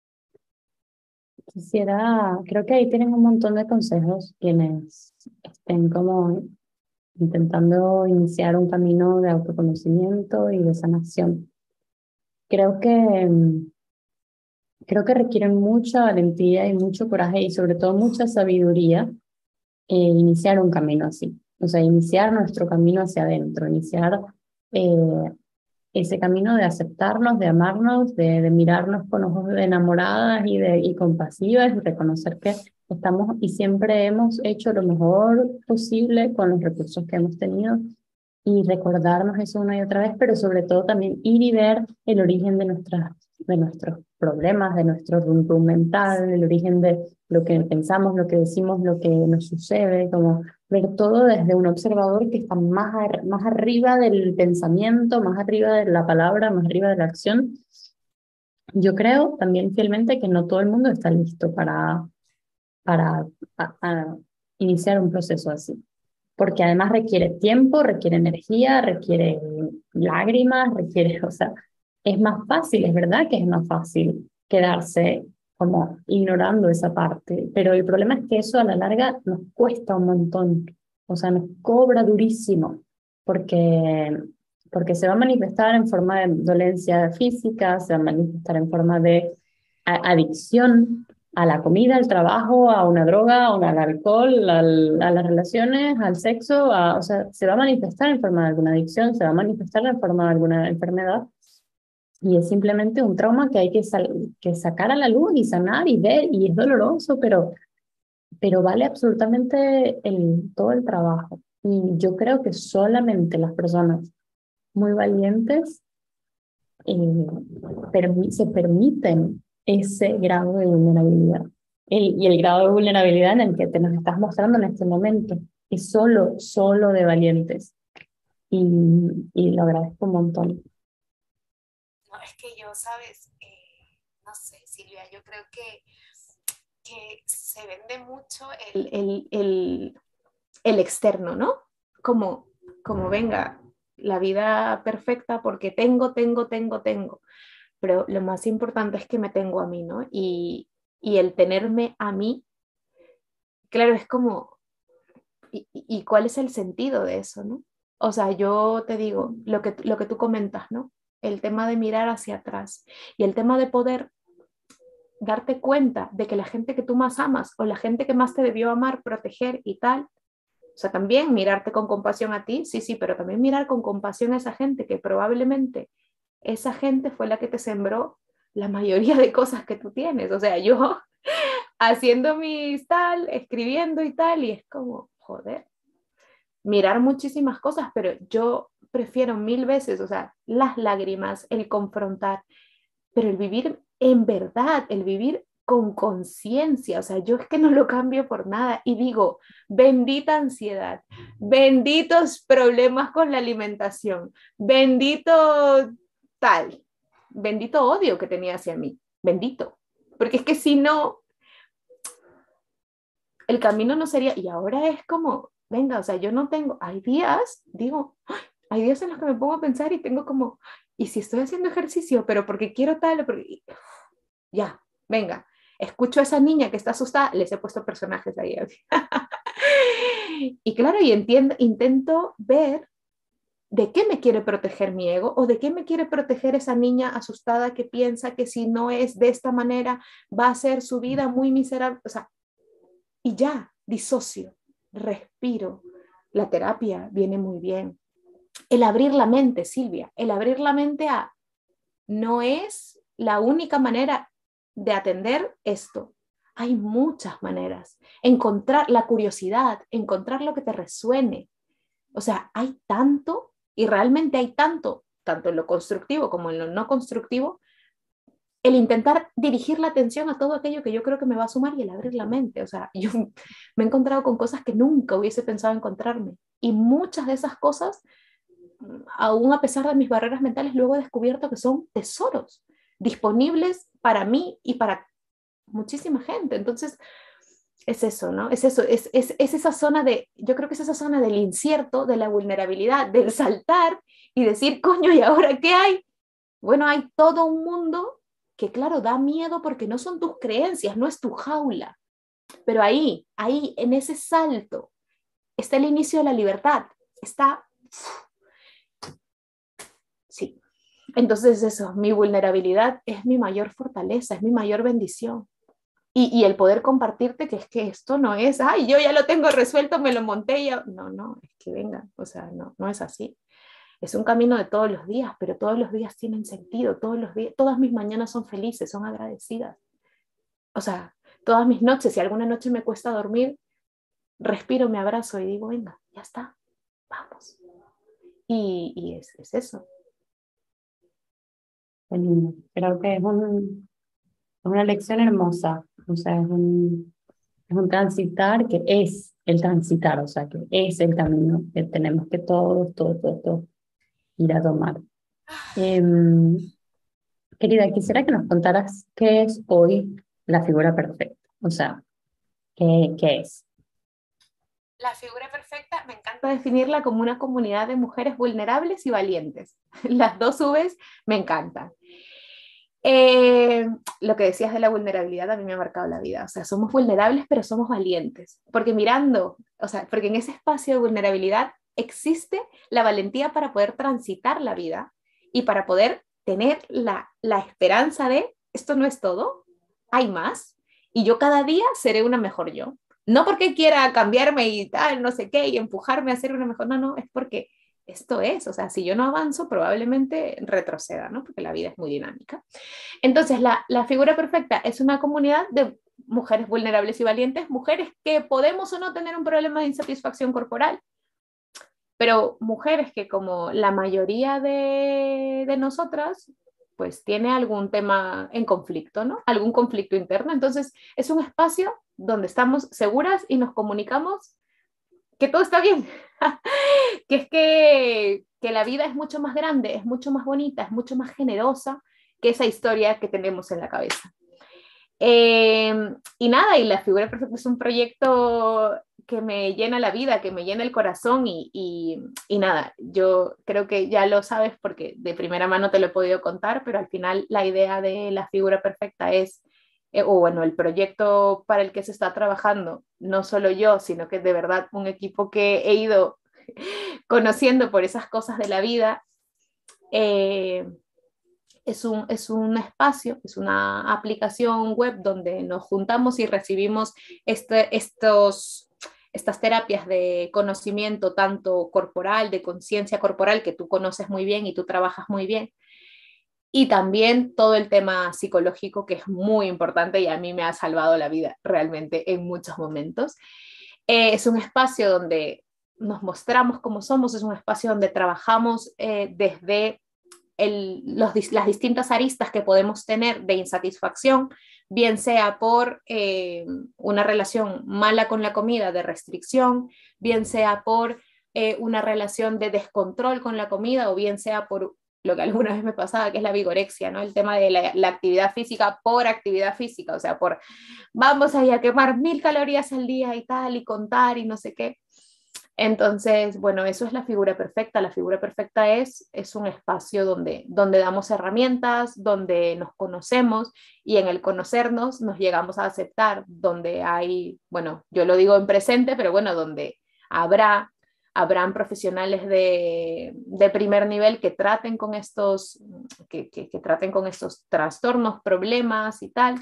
Quisiera, creo que ahí tienen un montón de consejos quienes estén como intentando iniciar un camino de autoconocimiento y de sanación. Creo que, em, creo que requieren mucha valentía y mucho coraje y sobre todo mucha sabiduría eh, iniciar un camino así. O sea, iniciar nuestro camino hacia adentro, iniciar eh, ese camino de aceptarnos, de amarnos, de, de mirarnos con ojos de enamoradas y, de, y compasivas y reconocer que estamos y siempre hemos hecho lo mejor posible con los recursos que hemos tenido y recordarnos eso una y otra vez, pero sobre todo también ir y ver el origen de, nuestras, de nuestros problemas, de nuestro rum rum mental, el origen de lo que pensamos, lo que decimos, lo que nos sucede, como ver todo desde un observador que está más, ar más arriba del pensamiento, más arriba de la palabra, más arriba de la acción. Yo creo también fielmente que no todo el mundo está listo para, para a, a iniciar un proceso así, porque además requiere tiempo, requiere energía, requiere lágrimas, requiere, o sea, es más fácil, es verdad que es más fácil quedarse como ignorando esa parte, pero el problema es que eso a la larga nos cuesta un montón, o sea, nos cobra durísimo, porque, porque se va a manifestar en forma de dolencia física, se va a manifestar en forma de a- adicción a la comida, al trabajo, a una droga, a un- al alcohol, al, a las relaciones, al sexo, a, o sea, se va a manifestar en forma de alguna adicción, se va a manifestar en forma de alguna enfermedad y es simplemente un trauma que hay que, sal, que sacar a la luz y sanar y ver y es doloroso, pero, pero vale absolutamente el, todo el trabajo. Y yo creo que solamente las personas muy valientes eh, permi se permiten ese grado de vulnerabilidad. El, y el grado de vulnerabilidad en el que te nos estás mostrando en este momento es solo, solo de valientes. Y, y lo agradezco un montón. No, es que yo, ¿sabes? Eh, no sé, Silvia, yo creo que, que se vende mucho el, el, el, el externo, ¿no? Como, como venga, la vida perfecta porque tengo, tengo, tengo, tengo. Pero lo más importante es que me tengo a mí, ¿no? Y, y el tenerme a mí, claro, es como, ¿y, y cuál es el sentido de eso, no? O sea, yo te digo, lo que, lo que tú comentas, ¿no? El tema de mirar hacia atrás y el tema de poder darte cuenta de que la gente que tú más amas o la gente que más te debió amar, proteger y tal, o sea, también mirarte con compasión a ti, sí, sí, pero también mirar con compasión a esa gente que probablemente esa gente fue la que te sembró la mayoría de cosas que tú tienes. O sea, yo haciendo mis tal, escribiendo y tal, y es como, joder, mirar muchísimas cosas, pero yo prefiero mil veces, o sea, las lágrimas, el confrontar, pero el vivir en verdad, el vivir con conciencia, o sea, yo es que no lo cambio por nada y digo, bendita ansiedad, benditos problemas con la alimentación, bendito tal, bendito odio que tenía hacia mí, bendito, porque es que si no, el camino no sería, y ahora es como, venga, o sea, yo no tengo, hay días, digo, ¡ay! Hay días en los que me pongo a pensar y tengo como, ¿y si estoy haciendo ejercicio, pero porque quiero tal, o porque ya, venga, escucho a esa niña que está asustada, les he puesto personajes ahí. Y claro, y entiendo, intento ver de qué me quiere proteger mi ego o de qué me quiere proteger esa niña asustada que piensa que si no es de esta manera va a ser su vida muy miserable. O sea, y ya, disocio, respiro. La terapia viene muy bien. El abrir la mente, Silvia, el abrir la mente a no es la única manera de atender esto. Hay muchas maneras. Encontrar la curiosidad, encontrar lo que te resuene. O sea, hay tanto y realmente hay tanto, tanto en lo constructivo como en lo no constructivo, el intentar dirigir la atención a todo aquello que yo creo que me va a sumar y el abrir la mente. O sea, yo me he encontrado con cosas que nunca hubiese pensado encontrarme. Y muchas de esas cosas, aún a pesar de mis barreras mentales, luego he descubierto que son tesoros disponibles para mí y para muchísima gente. Entonces, es eso, ¿no? Es eso, es, es, es esa zona de, yo creo que es esa zona del incierto, de la vulnerabilidad, del saltar y decir, coño, ¿y ahora qué hay? Bueno, hay todo un mundo que, claro, da miedo porque no son tus creencias, no es tu jaula. Pero ahí, ahí, en ese salto, está el inicio de la libertad. Está, sí. Entonces eso, mi vulnerabilidad es mi mayor fortaleza, es mi mayor bendición. Y, y, el poder compartirte que es que esto no es, ay, yo ya lo tengo resuelto, me lo monté y ya. No, no, es que venga, o sea, no, no es así. Es un camino de todos los días, pero todos los días tienen sentido, todos los días, todas mis mañanas son felices, son agradecidas. O sea, todas mis noches, si alguna noche me cuesta dormir, respiro, me abrazo y digo, venga, ya está, vamos. Y, y es, es eso. Qué lindo. Creo que es un, una lección hermosa. O sea, es un, es un transitar que es el transitar, o sea, que es el camino que tenemos que todos, todos, todos, todos ir a tomar. Em, Querida, quisiera que nos contaras qué es hoy la figura perfecta. O sea, ¿qué, qué es? La figura perfecta me encanta definirla como una comunidad de mujeres vulnerables y valientes. Las dos Vs me encantan. Eh, lo que decías de la vulnerabilidad a mí me ha marcado la vida. O sea, somos vulnerables, pero somos valientes. Porque mirando, o sea, porque en ese espacio de vulnerabilidad existe la valentía para poder transitar la vida y para poder tener la, la esperanza de esto no es todo, hay más y yo cada día seré una mejor yo. No porque quiera cambiarme y tal, no sé qué, y empujarme a ser una mejor, no, no, es porque esto es, o sea, si yo no avanzo, probablemente retroceda, ¿no? Porque la vida es muy dinámica. Entonces, la, la figura perfecta es una comunidad de mujeres vulnerables y valientes, mujeres que podemos o no tener un problema de insatisfacción corporal, pero mujeres que como la mayoría de, de nosotras pues tiene algún tema en conflicto, ¿no? Algún conflicto interno. Entonces, es un espacio donde estamos seguras y nos comunicamos que todo está bien, que es que, que la vida es mucho más grande, es mucho más bonita, es mucho más generosa que esa historia que tenemos en la cabeza. Eh, y nada, y la figura perfecta es un proyecto que me llena la vida, que me llena el corazón y, y, y nada, yo creo que ya lo sabes porque de primera mano te lo he podido contar, pero al final la idea de la figura perfecta es, eh, o bueno, el proyecto para el que se está trabajando, no solo yo, sino que de verdad un equipo que he ido conociendo por esas cosas de la vida, eh, es un, es un espacio, es una aplicación web donde nos juntamos y recibimos este, estos, estas terapias de conocimiento tanto corporal, de conciencia corporal, que tú conoces muy bien y tú trabajas muy bien, y también todo el tema psicológico, que es muy importante y a mí me ha salvado la vida realmente en muchos momentos. Eh, es un espacio donde nos mostramos cómo somos, es un espacio donde trabajamos eh, desde el, los, las distintas aristas que podemos tener de insatisfacción, bien sea por eh, una relación mala con la comida, de restricción, bien sea por eh, una relación de descontrol con la comida, o bien sea por lo que alguna vez me pasaba, que es la vigorexia, ¿no? El tema de la, la actividad física por actividad física, o sea, por vamos a ir a quemar mil calorías al día y tal, y contar y no sé qué. Entonces, bueno, eso es la figura perfecta. La figura perfecta es, es un espacio donde, donde damos herramientas, donde nos conocemos y en el conocernos nos llegamos a aceptar, donde hay, bueno, yo lo digo en presente, pero bueno, donde habrá, habrán profesionales de, de primer nivel que traten con estos, que, que, que traten con estos trastornos, problemas y tal.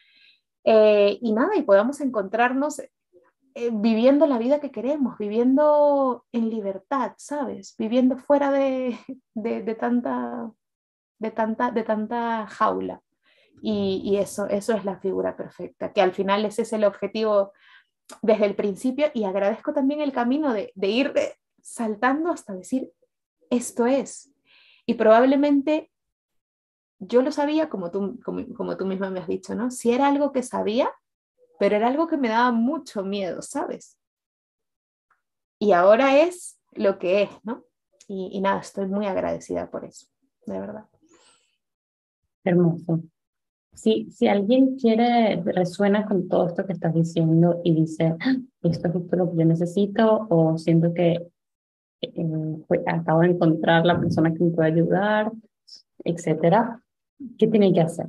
Eh, y nada, y podamos encontrarnos eh, viviendo la vida que queremos, viviendo en libertad, ¿sabes? Viviendo fuera de, de, de tanta, de, tanta, de tanta jaula. Y, y eso, eso es la figura perfecta, que al final ese es el objetivo desde el principio, y agradezco también el camino de, de ir de, saltando hasta decir, esto es. Y probablemente yo lo sabía, como tú, como, como tú misma me has dicho, ¿no? Si era algo que sabía, pero era algo que me daba mucho miedo, ¿sabes? Y ahora es lo que es, ¿no? Y, y nada, estoy muy agradecida por eso, de verdad. Hermoso. Si, si alguien quiere, resuena con todo esto que estás diciendo y dice, "Ah, esto es justo lo que yo necesito", o siento que eh, pues, acabo de encontrar la persona que me puede ayudar, etcétera, ¿qué tiene que hacer?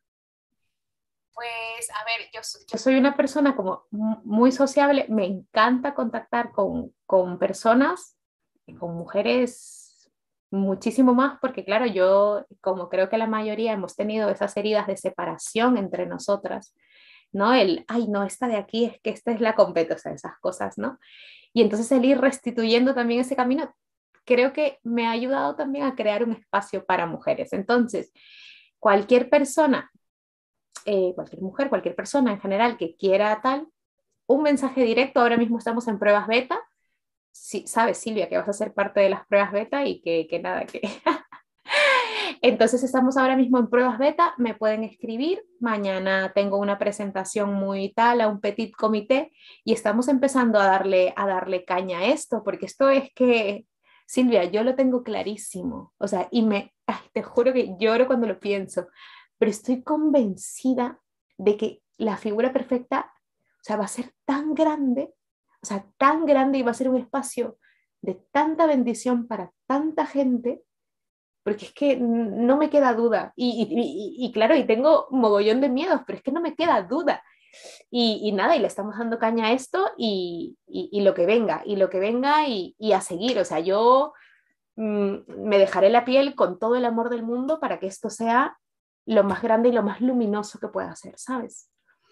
Pues, a ver, yo, yo soy una persona como muy sociable, me encanta contactar con, con personas, con mujeres muchísimo más, porque claro, yo, como creo que la mayoría hemos tenido esas heridas de separación entre nosotras, ¿no? El, ay, no, esta de aquí es que esta es la competencia, o sea, esas cosas, ¿no? Y entonces el ir restituyendo también ese camino, creo que me ha ayudado también a crear un espacio para mujeres. Entonces, cualquier persona, eh, cualquier mujer, cualquier persona en general que quiera tal, un mensaje directo, ahora mismo estamos en pruebas beta, sí, sabes Silvia que vas a ser parte de las pruebas beta y que, que nada, que... Entonces estamos ahora mismo en pruebas beta, me pueden escribir, mañana tengo una presentación muy tal a un petit comité y estamos empezando a darle, a darle caña a esto, porque esto es que, Silvia, yo lo tengo clarísimo, o sea, y me, ay, te juro que lloro cuando lo pienso, pero estoy convencida de que la figura perfecta, o sea, va a ser tan grande, o sea, tan grande, y va a ser un espacio de tanta bendición para tanta gente, porque es que no me queda duda. Y, y, y, y claro, y tengo un mogollón de miedos, pero es que no me queda duda. Y, y nada, y le estamos dando caña a esto y, y, y lo que venga, y lo que venga y, y a seguir. O sea, yo mmm, me dejaré la piel con todo el amor del mundo para que esto sea lo más grande y lo más luminoso que pueda ser, ¿sabes?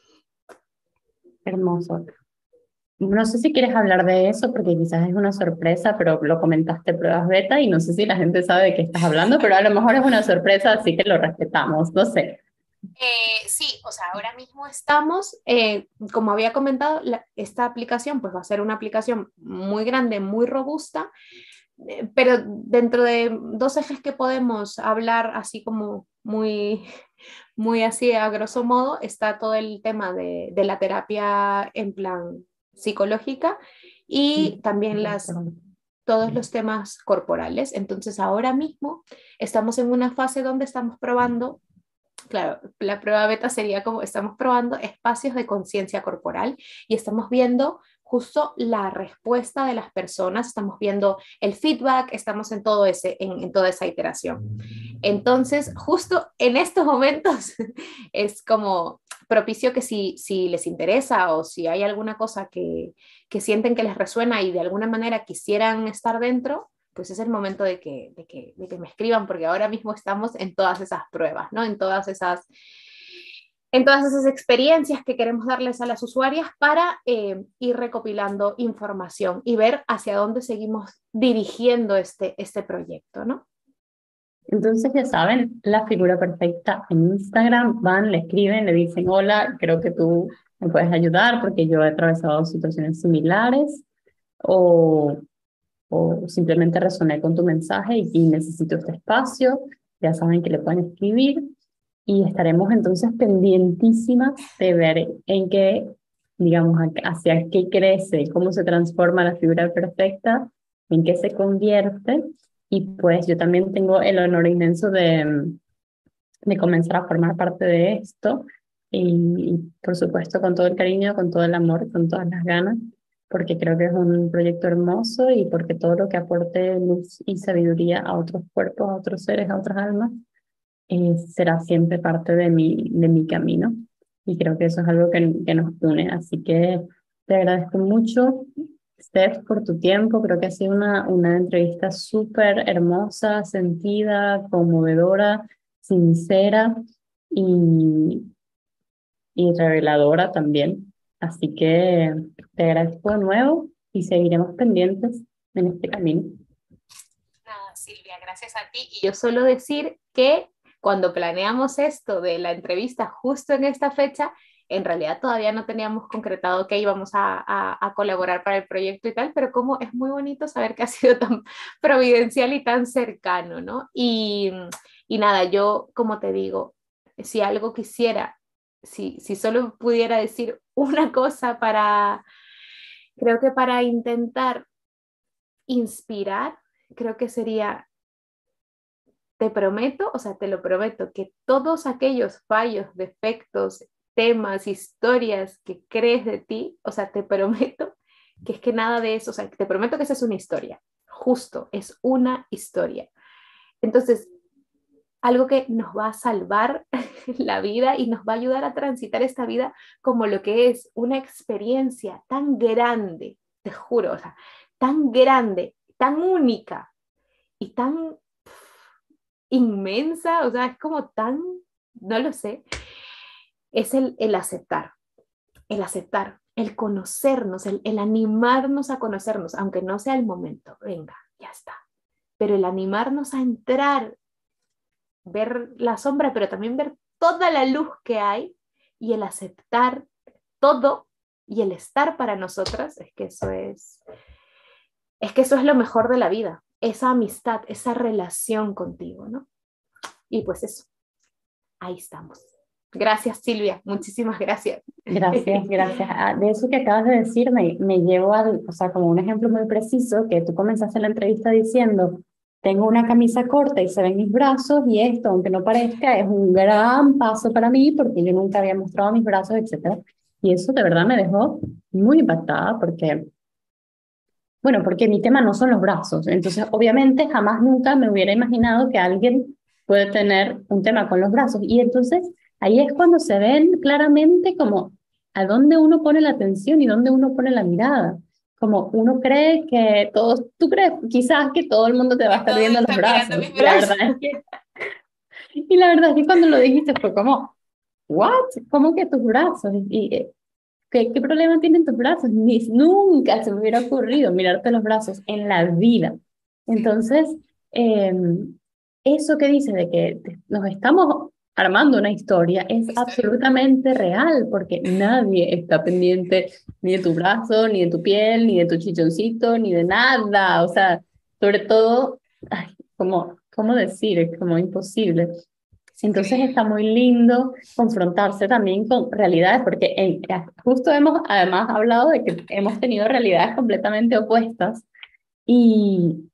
Hermoso. No sé si quieres hablar de eso porque quizás es una sorpresa, pero lo comentaste pruebas beta y no sé si la gente sabe de qué estás hablando, pero a lo mejor es una sorpresa, así que lo respetamos, no sé. Eh, sí, o sea, ahora mismo estamos, eh, como había comentado, la, esta aplicación pues va a ser una aplicación muy grande, muy robusta, pero dentro de dos ejes que podemos hablar así como muy, muy así a grosso modo, está todo el tema de, de la terapia en plan psicológica y también las, todos los temas corporales. Entonces ahora mismo estamos en una fase donde estamos probando. Claro, la prueba beta sería como estamos probando espacios de conciencia corporal y estamos viendo justo la respuesta de las personas, estamos viendo el feedback, estamos en, todo ese, en, en toda esa iteración. Entonces, justo en estos momentos es como propicio que si, si les interesa o si hay alguna cosa que, que sienten que les resuena y de alguna manera quisieran estar dentro, pues es el momento de que, de, que, de que me escriban, porque ahora mismo estamos en todas esas pruebas, ¿no? En todas esas, en todas esas experiencias que queremos darles a las usuarias para eh, ir recopilando información y ver hacia dónde seguimos dirigiendo este, este proyecto, ¿no? Entonces ya saben, la figura perfecta en Instagram, van, le escriben, le dicen, hola, creo que tú me puedes ayudar porque yo he atravesado situaciones similares, o o simplemente resoné con tu mensaje y, y necesito este espacio, ya saben que le pueden escribir y estaremos entonces pendientísimas de ver en qué, digamos, hacia qué crece, cómo se transforma la figura perfecta, en qué se convierte. Y pues yo también tengo el honor inmenso de, de comenzar a formar parte de esto y, y por supuesto con todo el cariño, con todo el amor, con todas las ganas, porque creo que es un proyecto hermoso y porque todo lo que aporte luz y sabiduría a otros cuerpos, a otros seres, a otras almas, eh, será siempre parte de mi, de mi camino. Y creo que eso es algo que, que nos une. Así que te agradezco mucho, Steph, por tu tiempo. Creo que ha sido una, una entrevista súper hermosa, sentida, conmovedora, sincera y, y reveladora también. Así que te agradezco de nuevo y seguiremos pendientes en este camino. Nada, Silvia, gracias a ti. Y yo solo decir que cuando planeamos esto de la entrevista justo en esta fecha, en realidad todavía no teníamos concretado que íbamos a, a, a colaborar para el proyecto y tal, pero como es muy bonito saber que ha sido tan providencial y tan cercano, ¿no? Y, y nada, yo, como te digo, si algo quisiera, si, si solo pudiera decir una cosa para, creo que para intentar inspirar, creo que sería, te prometo, o sea, te lo prometo, que todos aquellos fallos, defectos, temas, historias que crees de ti, o sea, te prometo que es que nada de eso, o sea, te prometo que esa es una historia, justo, es una historia. Entonces, algo que nos va a salvar la vida y nos va a ayudar a transitar esta vida como lo que es una experiencia tan grande, te juro, o sea, tan grande, tan única y tan inmensa, o sea, es como tan, no lo sé, es el, el aceptar, el aceptar, el conocernos, el, el animarnos a conocernos, aunque no sea el momento, venga, ya está, pero el animarnos a entrar, ver la sombra, pero también ver toda la luz que hay y el aceptar todo y el estar para nosotras, es que eso es, es que eso es lo mejor de la vida, esa amistad, esa relación contigo, ¿no? Y pues eso, ahí estamos. Gracias, Silvia, muchísimas gracias. Gracias, gracias. Ah, de eso que acabas de decir me, me llevo al, o sea, como un ejemplo muy preciso, que tú comenzaste la entrevista diciendo, tengo una camisa corta y se ven mis brazos y esto, aunque no parezca, es un gran paso para mí porque yo nunca había mostrado mis brazos, etcétera. Y eso de verdad me dejó muy impactada porque, bueno, porque mi tema no son los brazos. Entonces, obviamente, jamás nunca me hubiera imaginado que alguien puede tener un tema con los brazos. Y entonces, ahí es cuando se ven claramente como a dónde uno pone la atención y dónde uno pone la mirada. Como uno cree que todos, tú crees quizás que todo el mundo te va a estar viendo los brazos. Y la verdad es que, y la verdad es que cuando lo dijiste fue como, ¿what? ¿Cómo que tus brazos? Y, ¿Qué, ¿Qué problema tienen tus brazos? Ni, nunca se me hubiera ocurrido mirarte los brazos en la vida. Entonces, eh, eso que dices de que nos estamos armando una historia es absolutamente real, porque nadie está pendiente ni de tu brazo, ni de tu piel, ni de tu chichoncito, ni de nada. O sea, sobre todo, ay, como, ¿cómo decir? Es como imposible. Entonces Sí. está muy lindo confrontarse también con realidades, porque en- justo hemos además hablado de que hemos tenido realidades completamente opuestas y,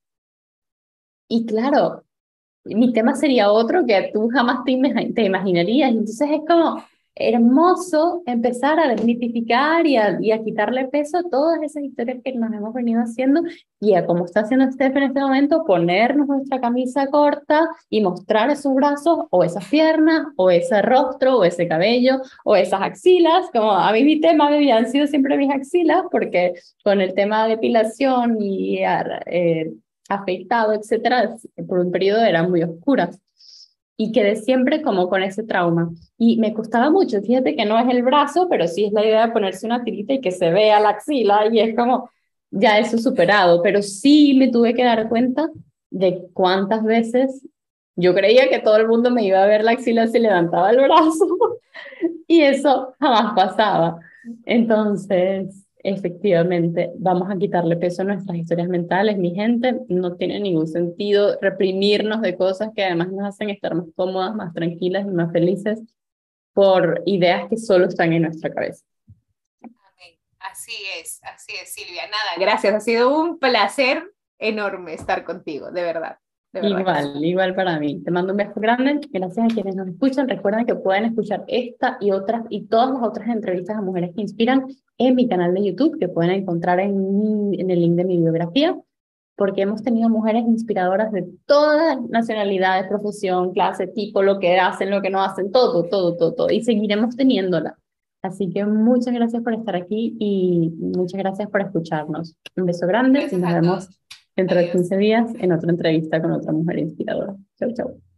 y claro, mi tema sería otro que tú jamás te, imag- te imaginarías. Entonces es como hermoso empezar a desmitificar y a, y a quitarle peso a todas esas historias que nos hemos venido haciendo y a como está haciendo Steph en este momento, ponernos nuestra camisa corta y mostrar esos brazos o esas piernas o ese rostro o ese cabello o esas axilas. Como a mí mi tema habían sido siempre mis axilas porque con el tema de depilación y eh, afeitado, etcétera, por un periodo eran muy oscuras. Y quedé siempre como con ese trauma. Y me costaba mucho, fíjate que no es el brazo, pero sí es la idea de ponerse una tirita y que se vea la axila, y es como, ya eso superado, pero sí me tuve que dar cuenta de cuántas veces yo creía que todo el mundo me iba a ver la axila si levantaba el brazo, y eso jamás pasaba. Entonces, efectivamente, vamos a quitarle peso a nuestras historias mentales, mi gente. No tiene ningún sentido reprimirnos de cosas que además nos hacen estar más cómodas, más tranquilas y más felices por ideas que solo están en nuestra cabeza. Amén. Así es, así es, Silvia. Nada, gracias. Ha sido un placer enorme estar contigo, de verdad, de verdad que sí. Igual, igual para mí. Te mando un beso grande. Gracias a quienes nos escuchan. Recuerden que pueden escuchar esta y otras y todas las otras entrevistas a mujeres que inspiran en mi canal de YouTube, que pueden encontrar en, mi- en el link de mi biografía, porque hemos tenido mujeres inspiradoras de todas nacionalidades, profesión, clase, tipo, lo que hacen, lo que no hacen, todo, todo, todo, todo. Y seguiremos teniéndola. Así que muchas gracias por estar aquí y muchas gracias por escucharnos. Un beso grande y Gracias nos a vemos todos. dentro de Adiós. quince días en otra entrevista con otra mujer inspiradora. Chau, chau.